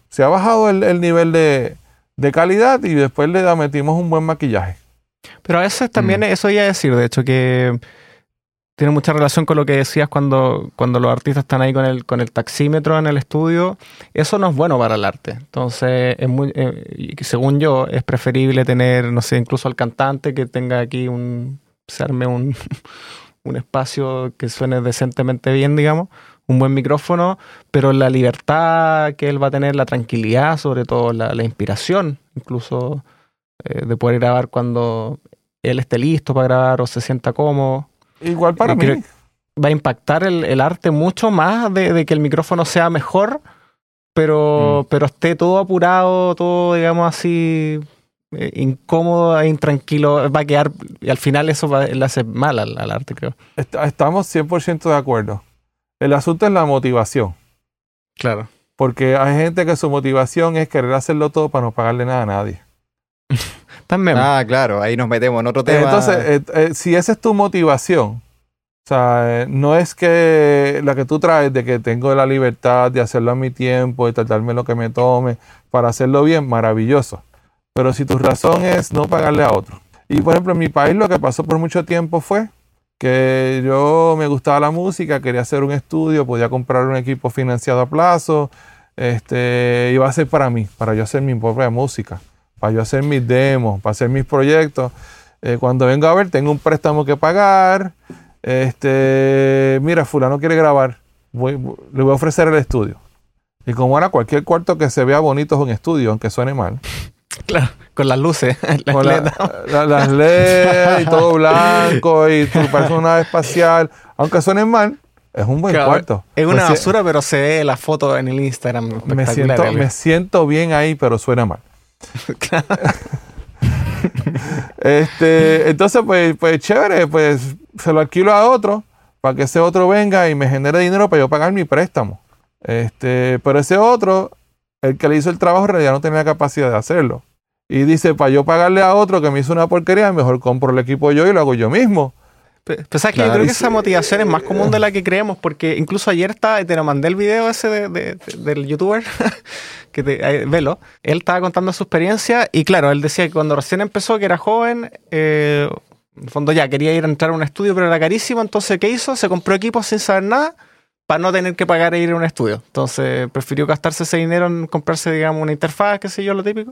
Se ha bajado el, el nivel de, de calidad y después le da, metimos un buen maquillaje. Pero a veces también, mm. eso iba a decir, de hecho, que tiene mucha relación con lo que decías cuando, cuando los artistas están ahí con el, con el taxímetro en el estudio. Eso no es bueno para el arte. Entonces, es muy, eh, según yo, es preferible tener, no sé, incluso al cantante que tenga aquí un, se arme un, un espacio que suene decentemente bien, digamos, un buen micrófono, pero la libertad que él va a tener, la tranquilidad, sobre todo la, la inspiración, incluso eh, de poder grabar cuando él esté listo para grabar o se sienta cómodo. Igual para mí. Va a impactar el, el arte mucho más de, de que el micrófono sea mejor, pero, mm. pero esté todo apurado, todo, digamos así, eh, incómodo e intranquilo. Va a quedar, y al final eso va, le hace mal al, al arte, creo. Estamos cien por ciento de acuerdo. El asunto es la motivación. Claro. Porque hay gente que su motivación es querer hacerlo todo para no pagarle nada a nadie. También. Ah, claro, ahí nos metemos en otro tema. Entonces, eh, eh, si esa es tu motivación, o sea, eh, no es que la que tú traes de que tengo la libertad de hacerlo a mi tiempo y tratarme lo que me tome para hacerlo bien, maravilloso. Pero si tu razón es no pagarle a otro. Y por ejemplo, en mi país lo que pasó por mucho tiempo fue que yo me gustaba la música, quería hacer un estudio, podía comprar un equipo financiado a plazo, este, iba a ser para mí, para yo hacer mi propia música, para yo hacer mis demos, para hacer mis proyectos. Eh, cuando vengo a ver, tengo un préstamo que pagar. Este, mira, fulano quiere grabar, voy, voy, le voy a ofrecer el estudio. Y como era cualquier cuarto que se vea bonito es un estudio, aunque suene mal. Claro, con las luces, las con L E D. La, la, las L E D y todo blanco y tu parece una nave espacial, aunque suene mal, es un buen claro, cuarto. Es una me basura, si... pero se ve la foto en el Instagram. Me siento, me siento bien ahí, pero suena mal. este, entonces, pues, pues chévere, pues se lo alquilo a otro para que ese otro venga y me genere dinero para yo pagar mi préstamo. Este, pero ese otro, el que le hizo el trabajo, en realidad no tenía capacidad de hacerlo. Y dice, para yo pagarle a otro que me hizo una porquería, mejor compro el equipo yo y lo hago yo mismo. Pero, pero ¿sabes claro, que yo creo que esa motivación es más común de la que creemos, porque incluso ayer estaba, te lo mandé el video ese de, de, de, del youtuber, que te, eh, velo, él estaba contando su experiencia y claro, él decía que cuando recién empezó, que era joven, eh, en el fondo ya quería ir a entrar a un estudio, pero era carísimo, entonces ¿qué hizo? Se compró equipos sin saber nada para no tener que pagar e ir a un estudio. Entonces prefirió gastarse ese dinero en comprarse, digamos, una interfaz, qué sé yo, lo típico.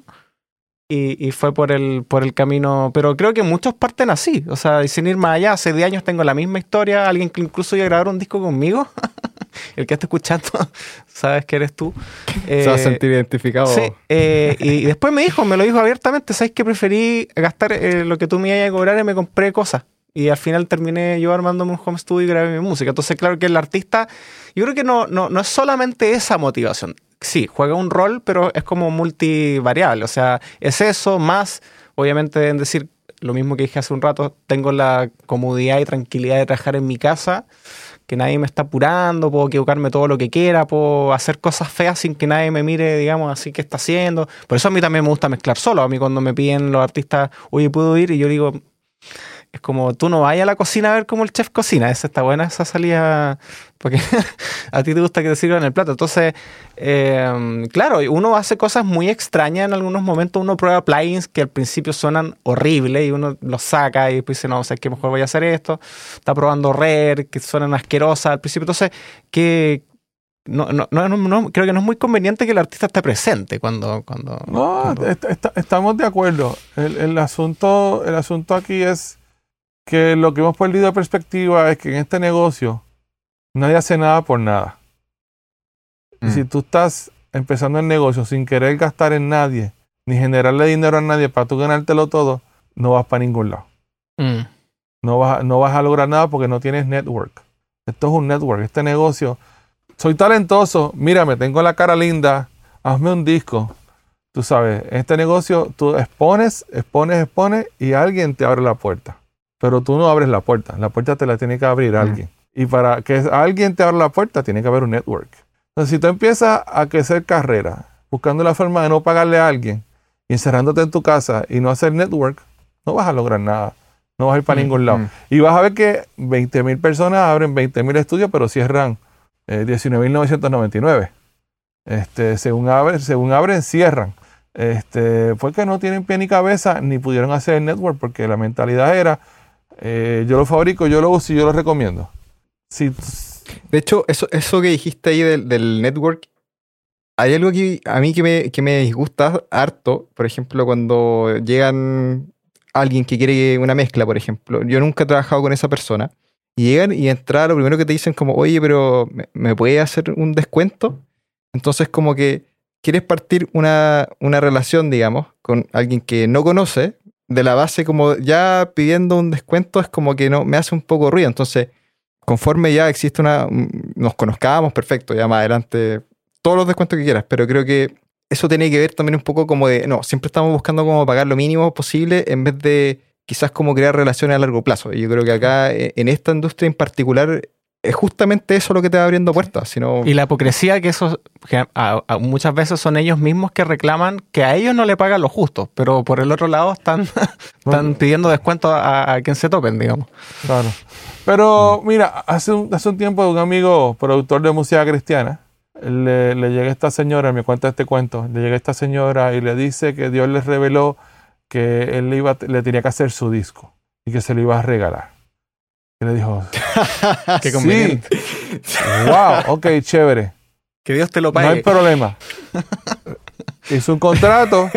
Y, y fue por el, por el camino, pero creo que muchos parten así, o sea, y sin ir más allá, hace diez años tengo la misma historia, alguien que incluso iba a grabar un disco conmigo, el que está escuchando, sabes que eres tú. Eh, Se va a sentir identificado. Sí, eh, y después me dijo, me lo dijo abiertamente, ¿sabes que preferí gastar eh, lo que tú me ibas a cobrar y me compré cosas? Y al final terminé yo armándome un home studio y grabé mi música. Entonces, claro que el artista, yo creo que no, no, no es solamente esa motivación. Sí, juega un rol, pero es como multivariable. O sea, es eso, más, obviamente deben decir lo mismo que dije hace un rato, tengo la comodidad y tranquilidad de trabajar en mi casa, que nadie me está apurando, puedo equivocarme todo lo que quiera, puedo hacer cosas feas sin que nadie me mire, digamos, así que está haciendo. Por eso a mí también me gusta mezclar solo. A mí cuando me piden los artistas, oye, ¿puedo ir? Y yo digo... Es como, tú no vayas a la cocina a ver cómo el chef cocina. Esa está buena, esa salida, porque a ti te gusta que te sirvan el plato. Entonces, eh, claro, uno hace cosas muy extrañas en algunos momentos. Uno prueba plugins que al principio suenan horribles y uno los saca y después dice, no, o sea, que mejor voy a hacer esto. Está probando Rare, que suenan asquerosas al principio. Entonces, que... No, no, no, no, creo que no es muy conveniente que el artista esté presente cuando... cuando no, cuando... Est- est- estamos de acuerdo. El, el, asunto, el asunto aquí es que lo que hemos perdido de perspectiva es que en este negocio nadie hace nada por nada. Mm. Y si tú estás empezando el negocio sin querer gastar en nadie, ni generarle dinero a nadie para tú ganártelo todo, no vas para ningún lado. Mm. No vas, no vas a lograr nada porque no tienes network. Esto es un network, este negocio... Soy talentoso, mírame, tengo la cara linda, hazme un disco. Tú sabes, en este negocio tú expones, expones, expones y alguien te abre la puerta. Pero tú no abres la puerta, la puerta te la tiene que abrir mm. alguien. Y para que alguien te abra la puerta, tiene que haber un network. Entonces, si tú empiezas a crecer carrera, buscando la forma de no pagarle a alguien, y encerrándote en tu casa y no hacer network, no vas a lograr nada. No vas a ir para mm. ningún lado. Mm. Y vas a ver que veinte mil personas abren veinte mil estudios, pero cierran Eh, diecinueve mil novecientos noventa y nueve. Este, según abren, según abren, cierran. Este, fue que no tienen pie ni cabeza, ni pudieron hacer el network, porque la mentalidad era, eh, yo lo fabrico, yo lo uso y yo lo recomiendo. Sí. De hecho, eso, eso que dijiste ahí del, del network, hay algo que a mí que me, que me disgusta harto. Por ejemplo, cuando llegan alguien que quiere una mezcla, por ejemplo. Yo nunca he trabajado con esa persona. Y llegan y entrar, lo primero que te dicen como, oye, pero ¿me, me puede hacer un descuento? Entonces como que quieres partir una, una relación, digamos, con alguien que no conoce, de la base como ya pidiendo un descuento es como que no me hace un poco ruido. Entonces, conforme ya existe una... nos conozcamos, perfecto, ya más adelante todos los descuentos que quieras, pero creo que eso tiene que ver también un poco como de, no, siempre estamos buscando como pagar lo mínimo posible en vez de quizás como crear relaciones a largo plazo. Y yo creo que acá, en esta industria en particular, es justamente eso lo que te va abriendo puertas. Sino... Y la hipocresía que eso que a, a, muchas veces son ellos mismos que reclaman que a ellos no le pagan lo justo, pero por el otro lado están, están pidiendo descuentos a, a quien se topen, digamos. Claro. Pero mm. mira, hace un, hace un tiempo un amigo productor de música cristiana, le, le llega esta señora, me cuenta este cuento, le llega esta señora y le dice que Dios les reveló que él le, iba, le tenía que hacer su disco y que se lo iba a regalar. Y le dijo, qué conveniente. Sí. Wow, ok, chévere. Que Dios te lo pague. No hay problema. Hizo un contrato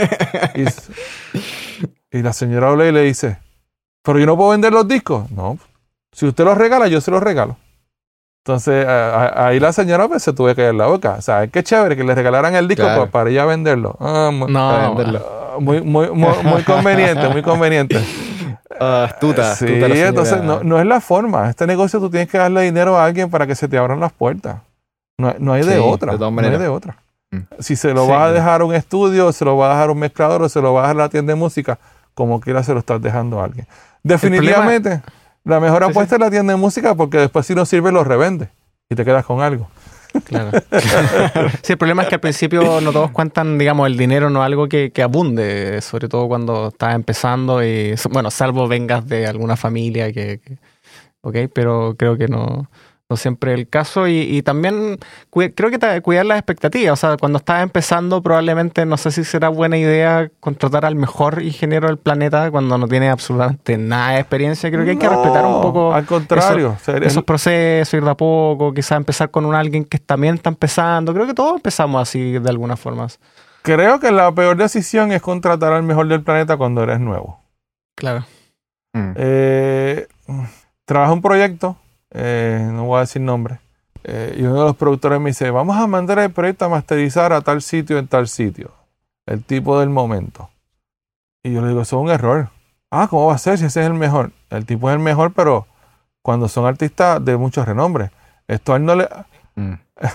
y, y la señora habla y le dice, pero yo no puedo vender los discos. No, si usted los regala, yo se los regalo. Entonces, a, a, ahí la señora pues, se tuvo que callar la boca. O sea, qué chévere que le regalaran el disco claro. para, para ella venderlo. Ah, no, para venderlo. Muy, muy, muy, muy conveniente, muy conveniente. Uh, astuta, sí, astuta la entonces no, no es la forma. Este negocio tú tienes que darle dinero a alguien para que se te abran las puertas. No, no hay de sí, otra. De no hay de otra. Mm. Si se lo sí. vas a dejar a un estudio, se lo vas a dejar a un mezclador o se lo vas a dejar a la tienda de música, como quiera se lo estás dejando a alguien. Definitivamente, la mejor sí, apuesta sí. es la tienda de música porque después si no sirve lo revende y te quedas con algo. Claro. Sí, el problema es que al principio no todos cuentan, digamos, el dinero no es algo que, que abunde, sobre todo cuando estás empezando y, bueno, salvo vengas de alguna familia que, que ok, pero creo que no, no siempre es el caso y, y también cu- creo que te, cuidar las expectativas, o sea, cuando estás empezando probablemente no sé si será buena idea contratar al mejor ingeniero del planeta cuando no tiene absolutamente nada de experiencia. Creo que hay que no, respetar un poco al contrario, eso, esos procesos, ir de a poco, quizás empezar con un alguien que también está empezando. Creo que todos empezamos así de alguna forma. Creo que la peor decisión es contratar al mejor del planeta cuando eres nuevo. Claro. Mm. Eh, trabaja un proyecto, eh, no voy a decir nombre, eh, y uno de los productores me dice, vamos a mandar el proyecto a masterizar a tal sitio en tal sitio, el tipo del momento. Y yo le digo, eso es un error. Ah, ¿cómo va a ser si ese es el mejor? El tipo es el mejor, pero cuando son artistas de mucho renombre. Esto a él no le... Mm.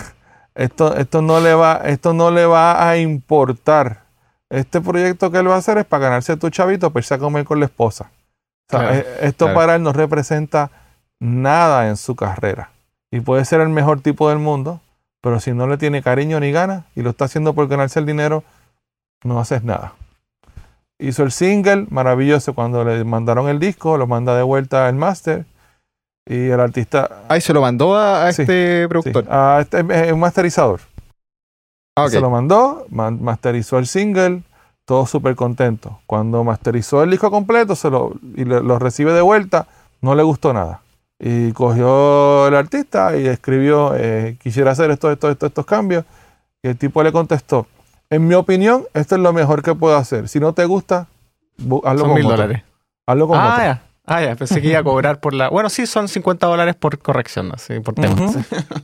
esto, esto, no le va, esto no le va a importar. Este proyecto que él va a hacer es para ganarse tu chavito, para irse a comer con la esposa. O sea, claro, esto claro. para él no representa nada en su carrera. Y puede ser el mejor tipo del mundo, pero si no le tiene cariño ni ganas y lo está haciendo por ganarse el dinero, no haces nada. Hizo el single, maravilloso. Cuando le mandaron el disco, lo manda de vuelta al máster y el artista... Ahí se lo mandó a, a sí, este productor. Sí, a este un masterizador. Ah, okay. Se lo mandó, man, masterizó el single, todo súper contento. Cuando masterizó el disco completo se lo, y lo, lo recibe de vuelta, no le gustó nada. Y cogió el artista y escribió, eh, quisiera hacer esto, esto, esto, estos cambios. Y el tipo le contestó, en mi opinión, esto es lo mejor que puedo hacer. Si no te gusta, hazlo son con mil otro. dólares. Hazlo con ah, otro. Ya. Ah, ya, pensé que iba a cobrar por la... Bueno, sí, son cincuenta dólares por corrección, así, por tema. Uh-huh.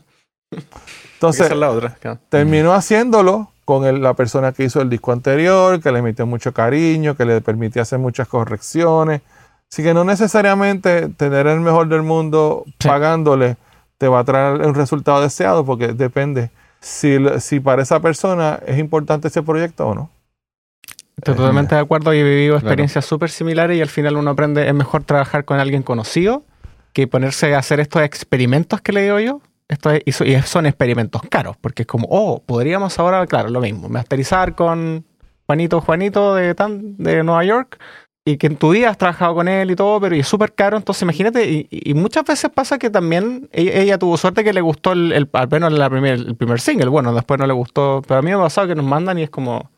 Entonces, esa es la otra. Terminó haciéndolo con el, la persona que hizo el disco anterior, que le metió mucho cariño, que le permitía hacer muchas correcciones. Así que no necesariamente tener el mejor del mundo sí. pagándole te va a traer un resultado deseado, porque depende si, si para esa persona es importante ese proyecto o no. Estoy totalmente de acuerdo y he vivido experiencias súper claro. similares y al final uno aprende, es mejor trabajar con alguien conocido que ponerse a hacer estos experimentos que le digo yo. Esto es, y son experimentos caros, porque es como, oh, podríamos ahora, claro, lo mismo, masterizar con Juanito Juanito de, tan, de Nueva York, y que en tu vida has trabajado con él y todo, pero y es súper caro, entonces imagínate, y, y muchas veces pasa que también ella, ella tuvo suerte que le gustó el, el al menos la primer, el primer single, bueno, después no le gustó, pero a mí me ha pasado que nos mandan y es como,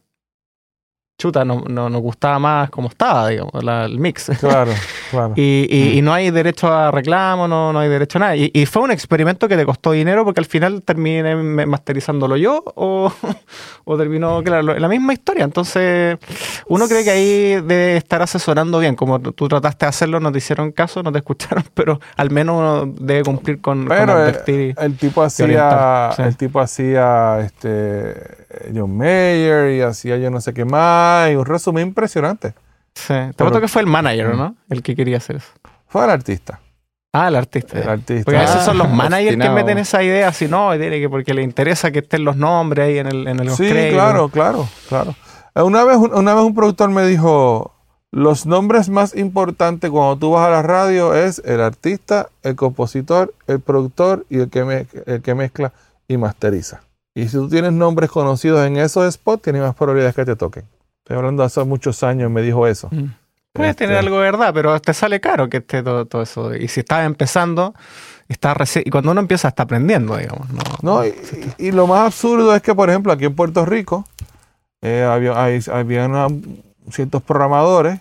chuta, no, no nos gustaba más como estaba, digamos, la, el mix. Claro, claro. y, y, Mm. y no hay derecho a reclamo, no, no hay derecho a nada. Y, y fue un experimento que te costó dinero porque al final terminé me- masterizándolo yo o, o terminó, claro, lo- la misma historia. Entonces, uno cree que ahí debe estar asesorando bien. Como tú tú trataste de hacerlo, no te hicieron caso, no te escucharon, pero al menos uno debe cumplir con, con Pero eh, advertir. el tipo hacía, orientar, sí. el tipo hacía este John Mayer y hacía yo no sé qué más, y un resumen impresionante. Sí. Te Pero- noto que fue el manager, Mm. ¿no? El que quería hacer eso. Fue el artista. Ah, el artista. El artista. Porque a veces Ah, son los managers obstinado. que meten esa idea, así no, tiene que porque le interesa que estén los nombres ahí en el en el los Sí, créditos. claro, claro, claro. Eh, Una vez, un- una vez un productor me dijo, los nombres más importantes cuando tú vas a la radio es el artista, el compositor, el productor y el que, me- el que mezcla y masteriza. Y si tú tienes nombres conocidos en esos spots, tienes más probabilidades que te toquen. Estoy hablando de hace muchos años, me dijo eso. Mm. Puede Este, tener algo de verdad, pero te sale caro que esté todo, todo eso. Y si estás empezando, estás reci- y cuando uno empieza, está aprendiendo, digamos. No, No, y, y- y lo más absurdo es que, por ejemplo, aquí en Puerto Rico, eh, había, hay, había una- ciertos programadores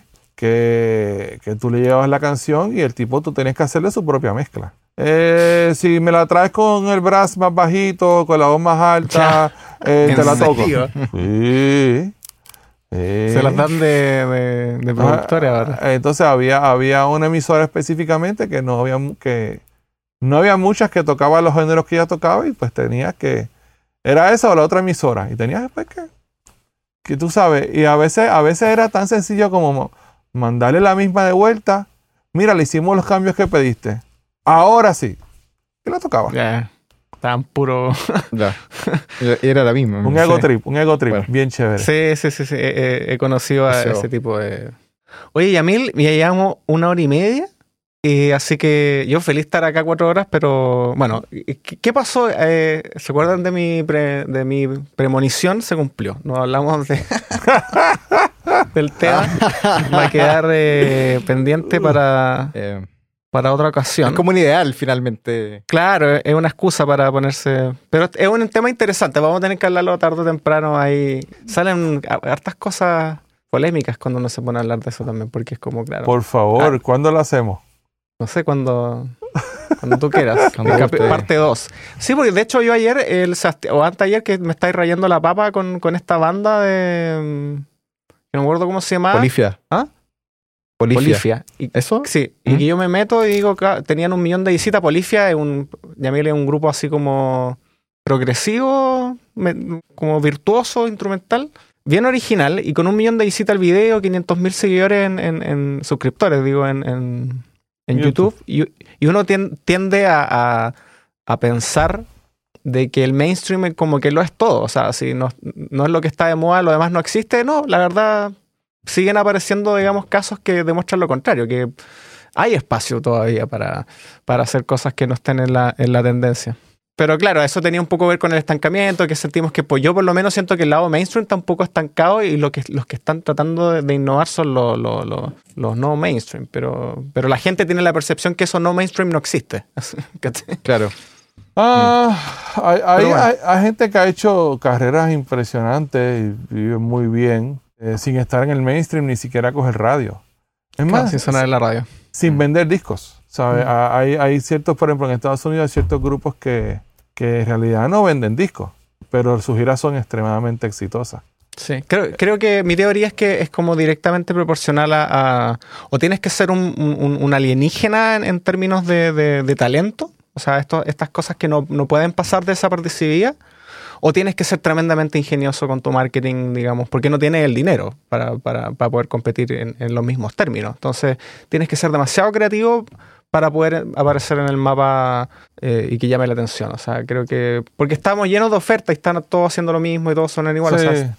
que, que tú le llevabas la canción y el tipo tú tenías que hacerle su propia mezcla. Eh, si me la traes con el brass más bajito, con la voz más alta, eh, ¿En te la toco. serio? Sí. Sí. Se las dan de, de, de productores ahora. Ah, entonces había, había una emisora específicamente que no había mu- que no había muchas que tocaban los géneros que ella tocaba y pues tenías que era esa o la otra emisora y tenías después que que tú sabes y a veces a veces era tan sencillo como mo- mandarle la misma de vuelta. Mira, le hicimos los cambios que pediste. Ahora sí. Y la tocaba. Ya, estaban puro. Ya. Era- Era la misma. Un ego Sí. trip, un ego trip, Bueno. bien chévere. Sí, sí, sí, sí. He, he- he conocido a Eso. ese tipo de. Oye, Yamil, ya llevamos una hora y media. Y así que yo feliz estar acá cuatro horas, pero bueno, ¿qué, qué pasó? Eh, ¿Se acuerdan de mi pre- de mi premonición? Se cumplió. No hablamos de del tema. Va a quedar eh, pendiente para, Eh, para otra es ocasión. como un ideal, finalmente. Claro, es una excusa para ponerse. Pero es un tema interesante. Vamos a tener que hablarlo tarde o temprano. Ahí salen hartas cosas polémicas cuando uno se pone a hablar de eso también, porque es como, claro. Por favor, Ah. ¿cuándo lo hacemos? No sé, cuando, cuando tú quieras. Cuando El capi- guste. parte dos. Sí, porque de hecho yo ayer, el, Sast- o antes ayer, que me estáis rayando la papa con, con esta banda de. mm, que no me acuerdo cómo se llama. Polifia. ¿Ah? Polifia. Polifia. Y, ¿Eso? sí, y ¿Mm? que yo me meto y digo, ca- tenían un millón de visitas. Polifia es un, llamémosle un grupo así como progresivo, me- como virtuoso, instrumental, bien original y con un millón de visitas al video, quinientos mil seguidores en, en- en suscriptores, digo, en, en, en YouTube. YouTube. Y, y uno tien- tiende a, a- a pensar de que el mainstream como que lo es todo. O sea, si no, no es lo que está de moda, lo demás no existe. No, la verdad, siguen apareciendo, digamos, casos que demuestran lo contrario, que hay espacio todavía para, para hacer cosas que no estén en la, en la tendencia. Pero claro, eso tenía un poco que ver con el estancamiento, que sentimos que, pues yo por lo menos siento que el lado mainstream está un poco estancado y lo que, los que están tratando de, de innovar son los, los, los, los no mainstream. Pero, pero la gente tiene la percepción que eso no mainstream no existe. ¿Cachai? Claro. Ah, hay, hay- Pero bueno. hay- hay gente que ha hecho carreras impresionantes y vive muy bien eh, sin estar en el mainstream, ni siquiera coger radio. Es Claro, más, sin sonar en la radio. sin vender discos. ¿Sabes? Mm. Ah, Hay, hay ciertos, por ejemplo, en Estados Unidos hay ciertos grupos que, que en realidad no venden discos, pero sus giras son extremadamente exitosas. Sí, creo, creo que mi teoría es que es como directamente proporcional a... a- o tienes que ser un, un- un alienígena en, en términos de, de- de talento, o sea, esto- estas cosas que no, no pueden pasar desapercibidas, o tienes que ser tremendamente ingenioso con tu marketing, digamos, porque no tienes el dinero para, para- para poder competir en, en los mismos términos. Entonces, tienes que ser demasiado creativo para poder aparecer en el mapa eh, y que llame la atención. O sea, creo que... Porque estamos llenos de ofertas y están todos haciendo lo mismo y todos suenan igual. Sí. O sea,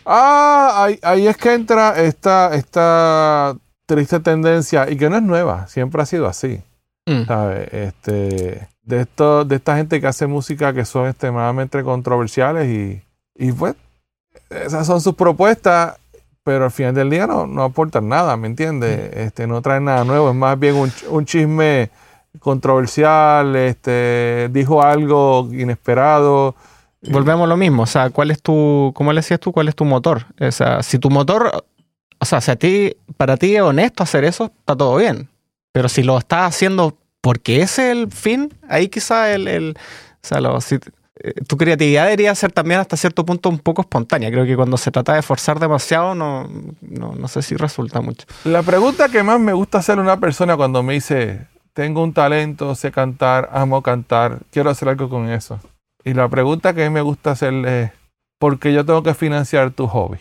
Ah, ahí, ahí es que entra esta, esta triste tendencia, y que no es nueva, siempre ha sido así. mm. ¿Sabes? Este, de, esto, de esta gente que hace música que son extremadamente controversiales y, y pues esas son sus propuestas, pero al final del día no, no aportan nada, ¿me entiendes? Este, no traen nada nuevo, es más bien un, un chisme controversial, este, dijo algo inesperado. Volvemos a lo mismo, o sea, ¿cuál es tu, cómo le decías tú, cuál es tu motor? O sea, si tu motor, o sea, si a ti, para ti es honesto hacer eso, está todo bien. Pero si lo estás haciendo porque ese es el fin, ahí quizá el, el o sea, lo, si, tu creatividad debería ser también hasta cierto punto un poco espontánea. Creo que cuando se trata de forzar demasiado, no, no, no sé si resulta mucho. La pregunta que más me gusta hacer a una persona cuando me dice, tengo un talento, sé cantar, amo cantar, quiero hacer algo con eso. Y la pregunta que a mí me gusta hacerle es, ¿por qué yo tengo que financiar tu hobby?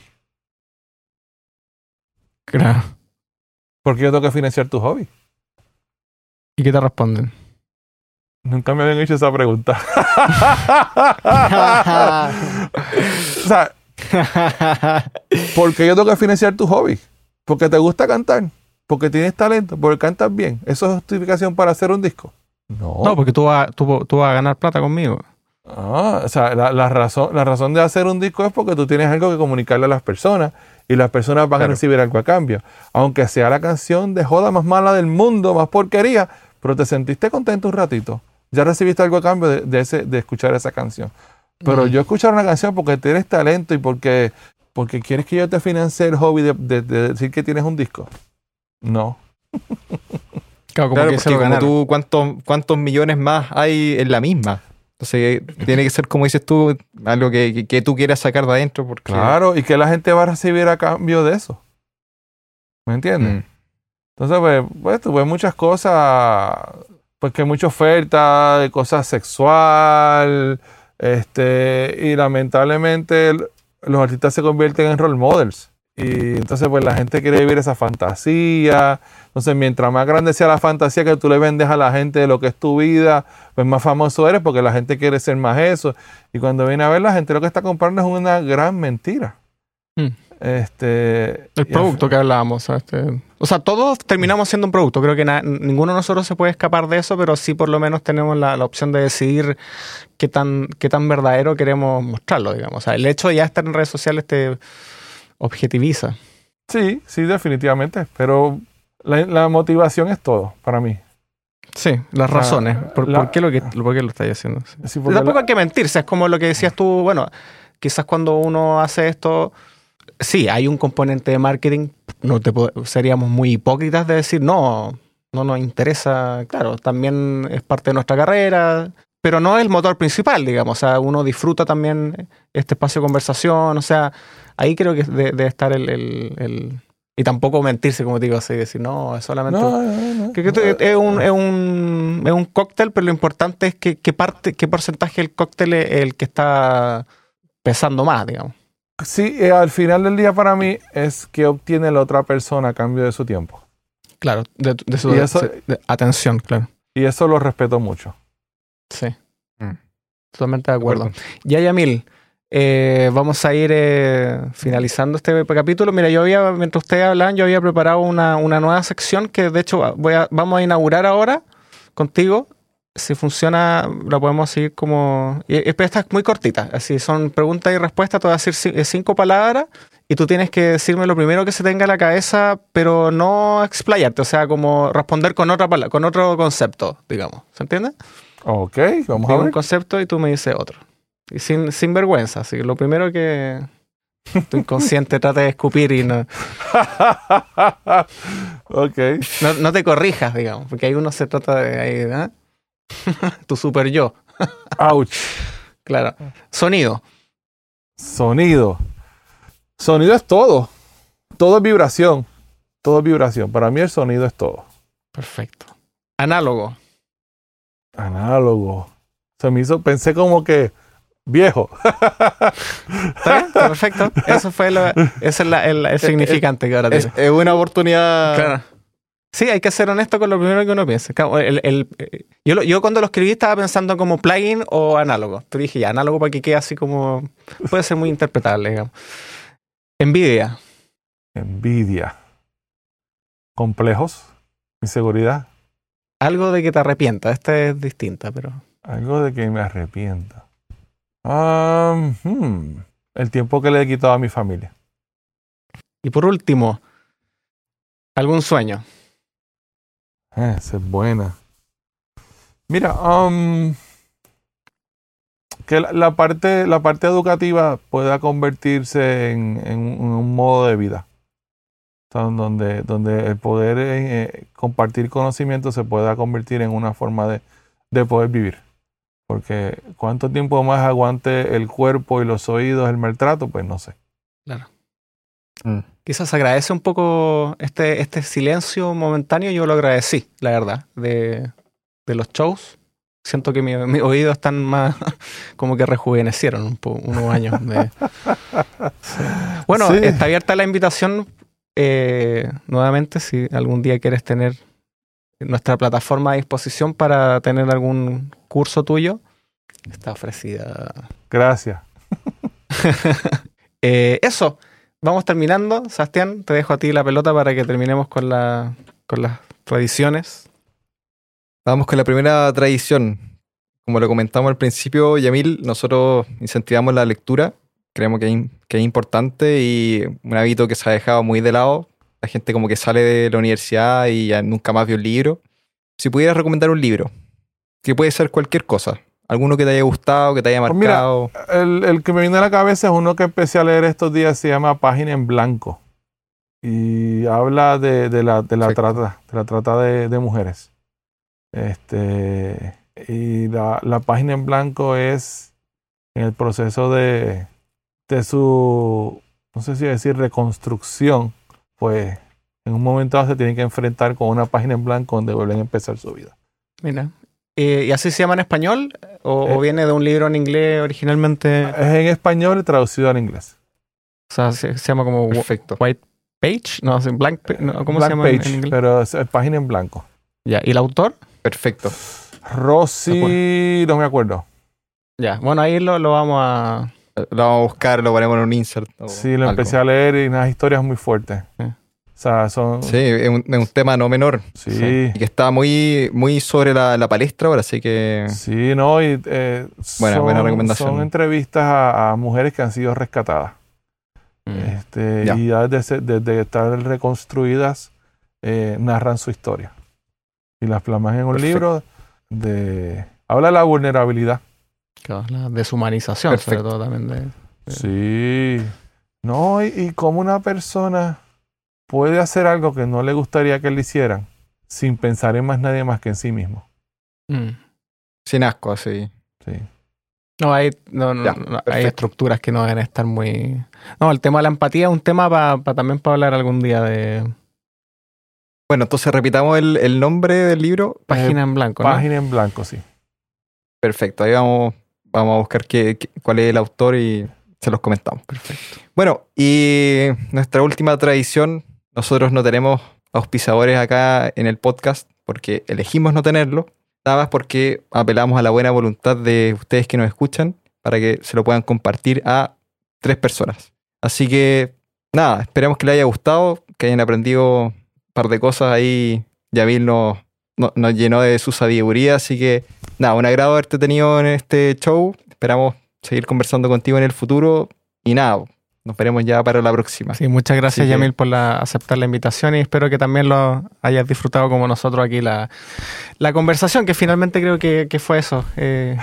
Claro. ¿Por qué yo tengo que financiar tu hobby? ¿Y qué te responden? Nunca me habían hecho esa pregunta. O sea, ¿por qué yo tengo que financiar tu hobby? ¿Porque te gusta cantar? ¿Porque tienes talento? ¿Porque cantas bien? ¿Eso es justificación para hacer un disco? No. No, porque tú vas, tú, tú vas a ganar plata conmigo. Ah, o sea, la, la, razón, la razón de hacer un disco es porque tú tienes algo que comunicarle a las personas y las personas van claro. a recibir algo a cambio. Aunque sea la canción de joda más mala del mundo, más porquería, pero te sentiste contento un ratito. Ya recibiste algo a cambio de, de, ese, de escuchar esa canción. Pero mm. yo escuchar una canción porque tienes talento y porque, porque quieres que yo te financie el hobby de, de, de decir que tienes un disco. No. Claro, como claro, que porque como tú, ¿cuántos, ¿cuántos millones más hay en la misma? Entonces tiene que ser, como dices tú, algo que, que, que tú quieras sacar de adentro. Porque... Claro, y que la gente va a recibir a cambio de eso. ¿Me entiendes? Mm. Entonces, pues, pues tú ves muchas cosas... Pues que hay mucha oferta de cosas sexual, este, y lamentablemente los artistas se convierten en role models. Y entonces pues la gente quiere vivir esa fantasía. Entonces mientras más grande sea la fantasía que tú le vendes a la gente de lo que es tu vida, pues más famoso eres porque la gente quiere ser más eso. Y cuando viene a ver, la gente lo que está comprando es una gran mentira. Mm. Este, el producto que hablábamos. Este, o sea, todos terminamos siendo un producto. Creo que na, ninguno de nosotros se puede escapar de eso, pero sí por lo menos tenemos la, la opción de decidir qué tan, qué tan verdadero queremos mostrarlo, digamos. O sea, el hecho de ya estar en redes sociales te objetiviza. Sí, sí, definitivamente. Pero la, la motivación es todo para mí. Sí, las razones. La, ¿Por, la, ¿por, qué lo que, ¿Por qué lo estáis haciendo? Sí. Sí, tampoco la, hay que mentirse. Es como lo que decías tú. Bueno, quizás cuando uno hace esto... Sí, hay un componente de marketing. No te seríamos muy hipócritas de decir, no, no nos interesa. Claro, también es parte de nuestra carrera, pero no es el motor principal, digamos. O sea, uno disfruta también este espacio de conversación. O sea, ahí creo que debe de estar el, el, el... Y tampoco mentirse, como te digo, así, decir, no, es solamente... No, no, no, que, que no, es, un, es, un, es un cóctel, pero lo importante es que, que parte, qué porcentaje del cóctel es el que está pesando más, digamos. Sí, eh, al final del día para mí es que obtiene la otra persona a cambio de su tiempo. Claro, de, de su de, eso, de atención, claro. Y eso lo respeto mucho. Sí, mm. totalmente de acuerdo. De acuerdo. Ya, Yamil, eh, vamos a ir eh, finalizando este capítulo. Mira, yo había, mientras ustedes hablaban, yo había preparado una, una nueva sección que de hecho voy a, vamos a inaugurar ahora contigo. Si funciona, la podemos seguir como... Esta es muy cortita, así son preguntas y respuestas, te voy a decir cinco palabras y tú tienes que decirme lo primero que se tenga en la cabeza, pero no explayarte, o sea, como responder con otra palabra, con otro concepto, digamos. ¿Se entiende? Ok, vamos a ver. Un concepto y tú me dices otro. Y sin, sin vergüenza, así que lo primero que tu inconsciente trata de escupir y no... Ok. No, no te corrijas, digamos, porque ahí uno se trata de... Ahí, ¿eh? Tu super yo. Ouch. Claro. Sonido. Sonido. Sonido es todo. Todo es vibración. Todo es vibración. Para mí el sonido es todo. Perfecto. Análogo. Análogo. Se me hizo, pensé como que viejo. ¿Está bien? Perfecto. Eso fue lo, ese es la, el, el significante que ahora tiene. Es, es una oportunidad. Claro. Sí, hay que ser honesto con lo primero que uno piensa. El, el, el, yo, lo, yo cuando lo escribí estaba pensando como plugin o análogo. Te dije ya, análogo para que quede así como... Puede ser muy interpretable, digamos. Envidia. Envidia. Complejos. Inseguridad. Algo de que te arrepientas. Esta es distinta, pero... Algo de que me arrepienta. Um, hmm. El tiempo que le he quitado a mi familia. Y por último, ¿algún sueño? Eh, esa es buena. Mira, um, que la, la, parte, la parte educativa pueda convertirse en, en, un, en un modo de vida. O sea, donde, donde el poder eh, compartir conocimiento se pueda convertir en una forma de, de poder vivir. Porque cuánto tiempo más aguante el cuerpo y los oídos el maltrato, pues no sé. Claro. Mm. Quizás agradece un poco este, este silencio momentáneo. Yo lo agradecí, la verdad, de, de los shows. Siento que mis mi oídos están más como que rejuvenecieron un poco, unos años. De... Sí. Bueno, sí. Está abierta la invitación eh, nuevamente si algún día quieres tener nuestra plataforma a disposición para tener algún curso tuyo. Está ofrecida. Gracias. eh, eso. Vamos terminando. Sebastián, te dejo a ti la pelota para que terminemos con, la, con las tradiciones. Vamos con la primera tradición. Como lo comentamos al principio, Yamil, nosotros incentivamos la lectura. Creemos que es, que es importante y un hábito que se ha dejado muy de lado. La gente como que sale de la universidad y ya nunca más vio un libro. Si pudieras recomendar un libro, que puede ser cualquier cosa, alguno que te haya gustado, que te haya marcado. Pues mira, el, el que me viene a la cabeza es uno que empecé a leer estos días, se llama Página en Blanco. Y habla de, de, la, de la trata, de la trata de, de mujeres. Este, y la, la Página en Blanco es en el proceso de, de su, no sé si decir reconstrucción, pues en un momento dado se tienen que enfrentar con una página en blanco donde vuelven a empezar su vida. Mira. ¿Y así se llama en español? ¿O, eh, ¿O viene de un libro en inglés originalmente? Es en español y traducido al inglés. O sea, se, se llama como Perfecto. White Page. No, Blank Page. No, ¿cómo Blank se llama page, en, en inglés? Pero es, es página en blanco. Ya. ¿Y el autor? Perfecto. Rosy, no me acuerdo. Ya. Bueno, ahí lo, lo vamos a... Lo vamos a buscar, lo ponemos en un insert. Sí, lo algo. Empecé a leer y unas historias muy fuertes. Sí. O sea, son... Sí, es un, es un tema no menor. Sí. sí. Y que está muy, muy sobre la, la palestra ahora, así que... Sí, no, y eh, buena, son, buena recomendación. Son entrevistas a, a mujeres que han sido rescatadas. Mm. Este, ya. Y ya desde, desde estar reconstruidas, eh, narran su historia. Y las plasman en un Perfecto. libro de... Habla de la vulnerabilidad. La deshumanización, Perfecto. sobre todo también. De, de... Sí. No, y, y cómo una persona puede hacer algo que no le gustaría que le hicieran sin pensar en más nadie más que en sí mismo. Mm. Sin asco, así. Sí. No, hay, no, no, no, hay estructuras que no deben estar muy... No, el tema de la empatía es un tema para pa también para hablar algún día de... Bueno, entonces repitamos el, el nombre del libro. Página eh, en blanco, ¿no? Página en blanco, sí. Perfecto, ahí vamos, vamos a buscar qué, qué, cuál es el autor y se los comentamos. Perfecto. Bueno, y nuestra última tradición, nosotros no tenemos auspiciadores acá en el podcast porque elegimos no tenerlo, nada más porque apelamos a la buena voluntad de ustedes que nos escuchan para que se lo puedan compartir a tres personas. Así que, nada, esperamos que les haya gustado, que hayan aprendido un par de cosas ahí. Yamil nos, nos, nos llenó de su sabiduría, así que, nada, un agrado haberte tenido en este show. Esperamos seguir conversando contigo en el futuro y nada, nos veremos ya para la próxima. Sí, muchas gracias, Así Yamil, que... por la, aceptar la invitación y espero que también lo hayas disfrutado como nosotros aquí la, la conversación, que finalmente creo que, que fue eso. Eh,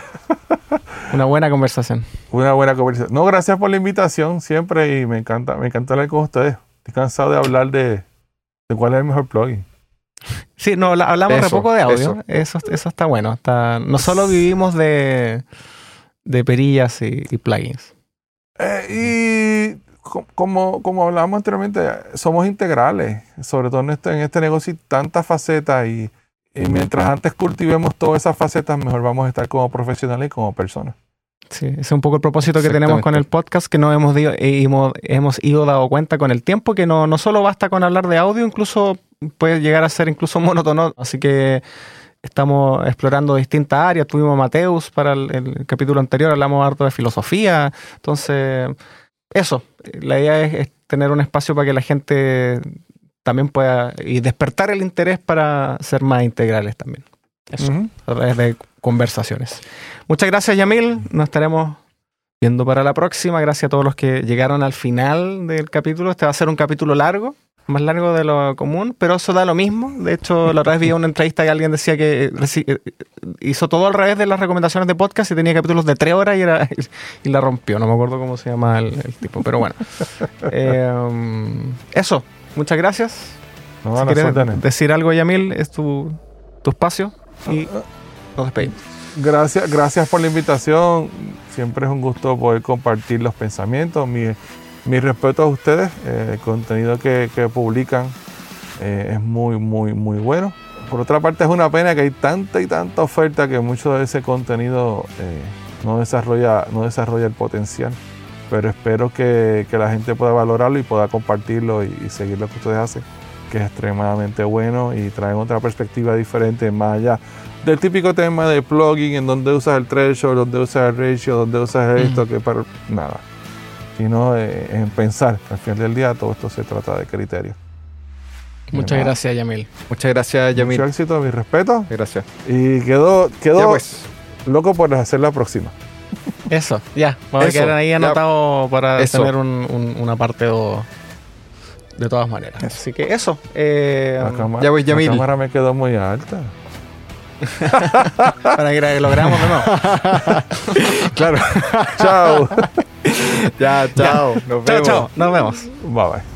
una buena conversación. Una buena conversación. No, gracias por la invitación siempre y me encanta, me encanta hablar con ustedes. Estoy cansado de hablar de, de cuál es el mejor plugin. Sí, no, hablamos eso, de poco de audio. Eso, eso, eso está bueno. Está, no solo vivimos de, de perillas y, y plugins. Eh, y como, como hablábamos anteriormente, somos integrales, sobre todo en este, en este negocio, tantas facetas y, y mientras antes cultivemos todas esas facetas, mejor vamos a estar como profesionales y como personas. Sí, ese es un poco el propósito que tenemos con el podcast, que nos hemos, dio, hemos, hemos ido dado cuenta con el tiempo, que no, no solo basta con hablar de audio, incluso puede llegar a ser incluso monótono, así que estamos explorando distintas áreas. Tuvimos a Mateus para el, el capítulo anterior, hablamos harto de filosofía. Entonces, eso. La idea es, es tener un espacio para que la gente también pueda y despertar el interés para ser más integrales también. Eso, uh-huh. a través de conversaciones. Muchas gracias, Yamil. Nos estaremos viendo para la próxima. Gracias a todos los que llegaron al final del capítulo. Este va a ser un capítulo largo, más largo de lo común, pero eso da lo mismo. De hecho, la otra vez vi una entrevista y alguien decía que hizo todo al revés de las recomendaciones de podcast y tenía capítulos de tres horas y, era, y la rompió. No me acuerdo cómo se llama el, el tipo, pero bueno. eh, eso, muchas gracias. No, si no, quieres decir algo, Yamil, es tu, tu espacio y nos despedimos. Gracias, gracias por la invitación. Siempre es un gusto poder compartir los pensamientos. Mi, mi respeto a ustedes. Eh, el contenido que, que publican eh, es muy, muy, muy bueno. Por otra parte, es una pena que hay tanta y tanta oferta que mucho de ese contenido eh, no desarrolla, no desarrolla el potencial. Pero espero que, que la gente pueda valorarlo y pueda compartirlo y, y seguir lo que ustedes hacen, que es extremadamente bueno y traen otra perspectiva diferente, más allá del típico tema de plugin, en donde usas el threshold, donde usas el ratio, donde usas esto, mm. que para nada, sino eh, en pensar. Al final del día todo esto se trata de criterios. Muchas gracias, Yamil. Muchas gracias, Yamil. Mucho éxito, mi respeto. Gracias. Y quedó, quedó ya pues. loco por hacer la próxima. Eso, ya. Vamos Eso, a quedar ahí anotado ya. para Eso. tener un, un, una parte dos de todas maneras. Eso. Así que eso. Eh, La, cama, ya voy, Yamil. La cámara me quedó muy alta. Para que lo grabemos de nuevo. Claro. Chao. Ya, chao. Ya. Nos Chao, vemos. chao. Nos vemos. Bye bye.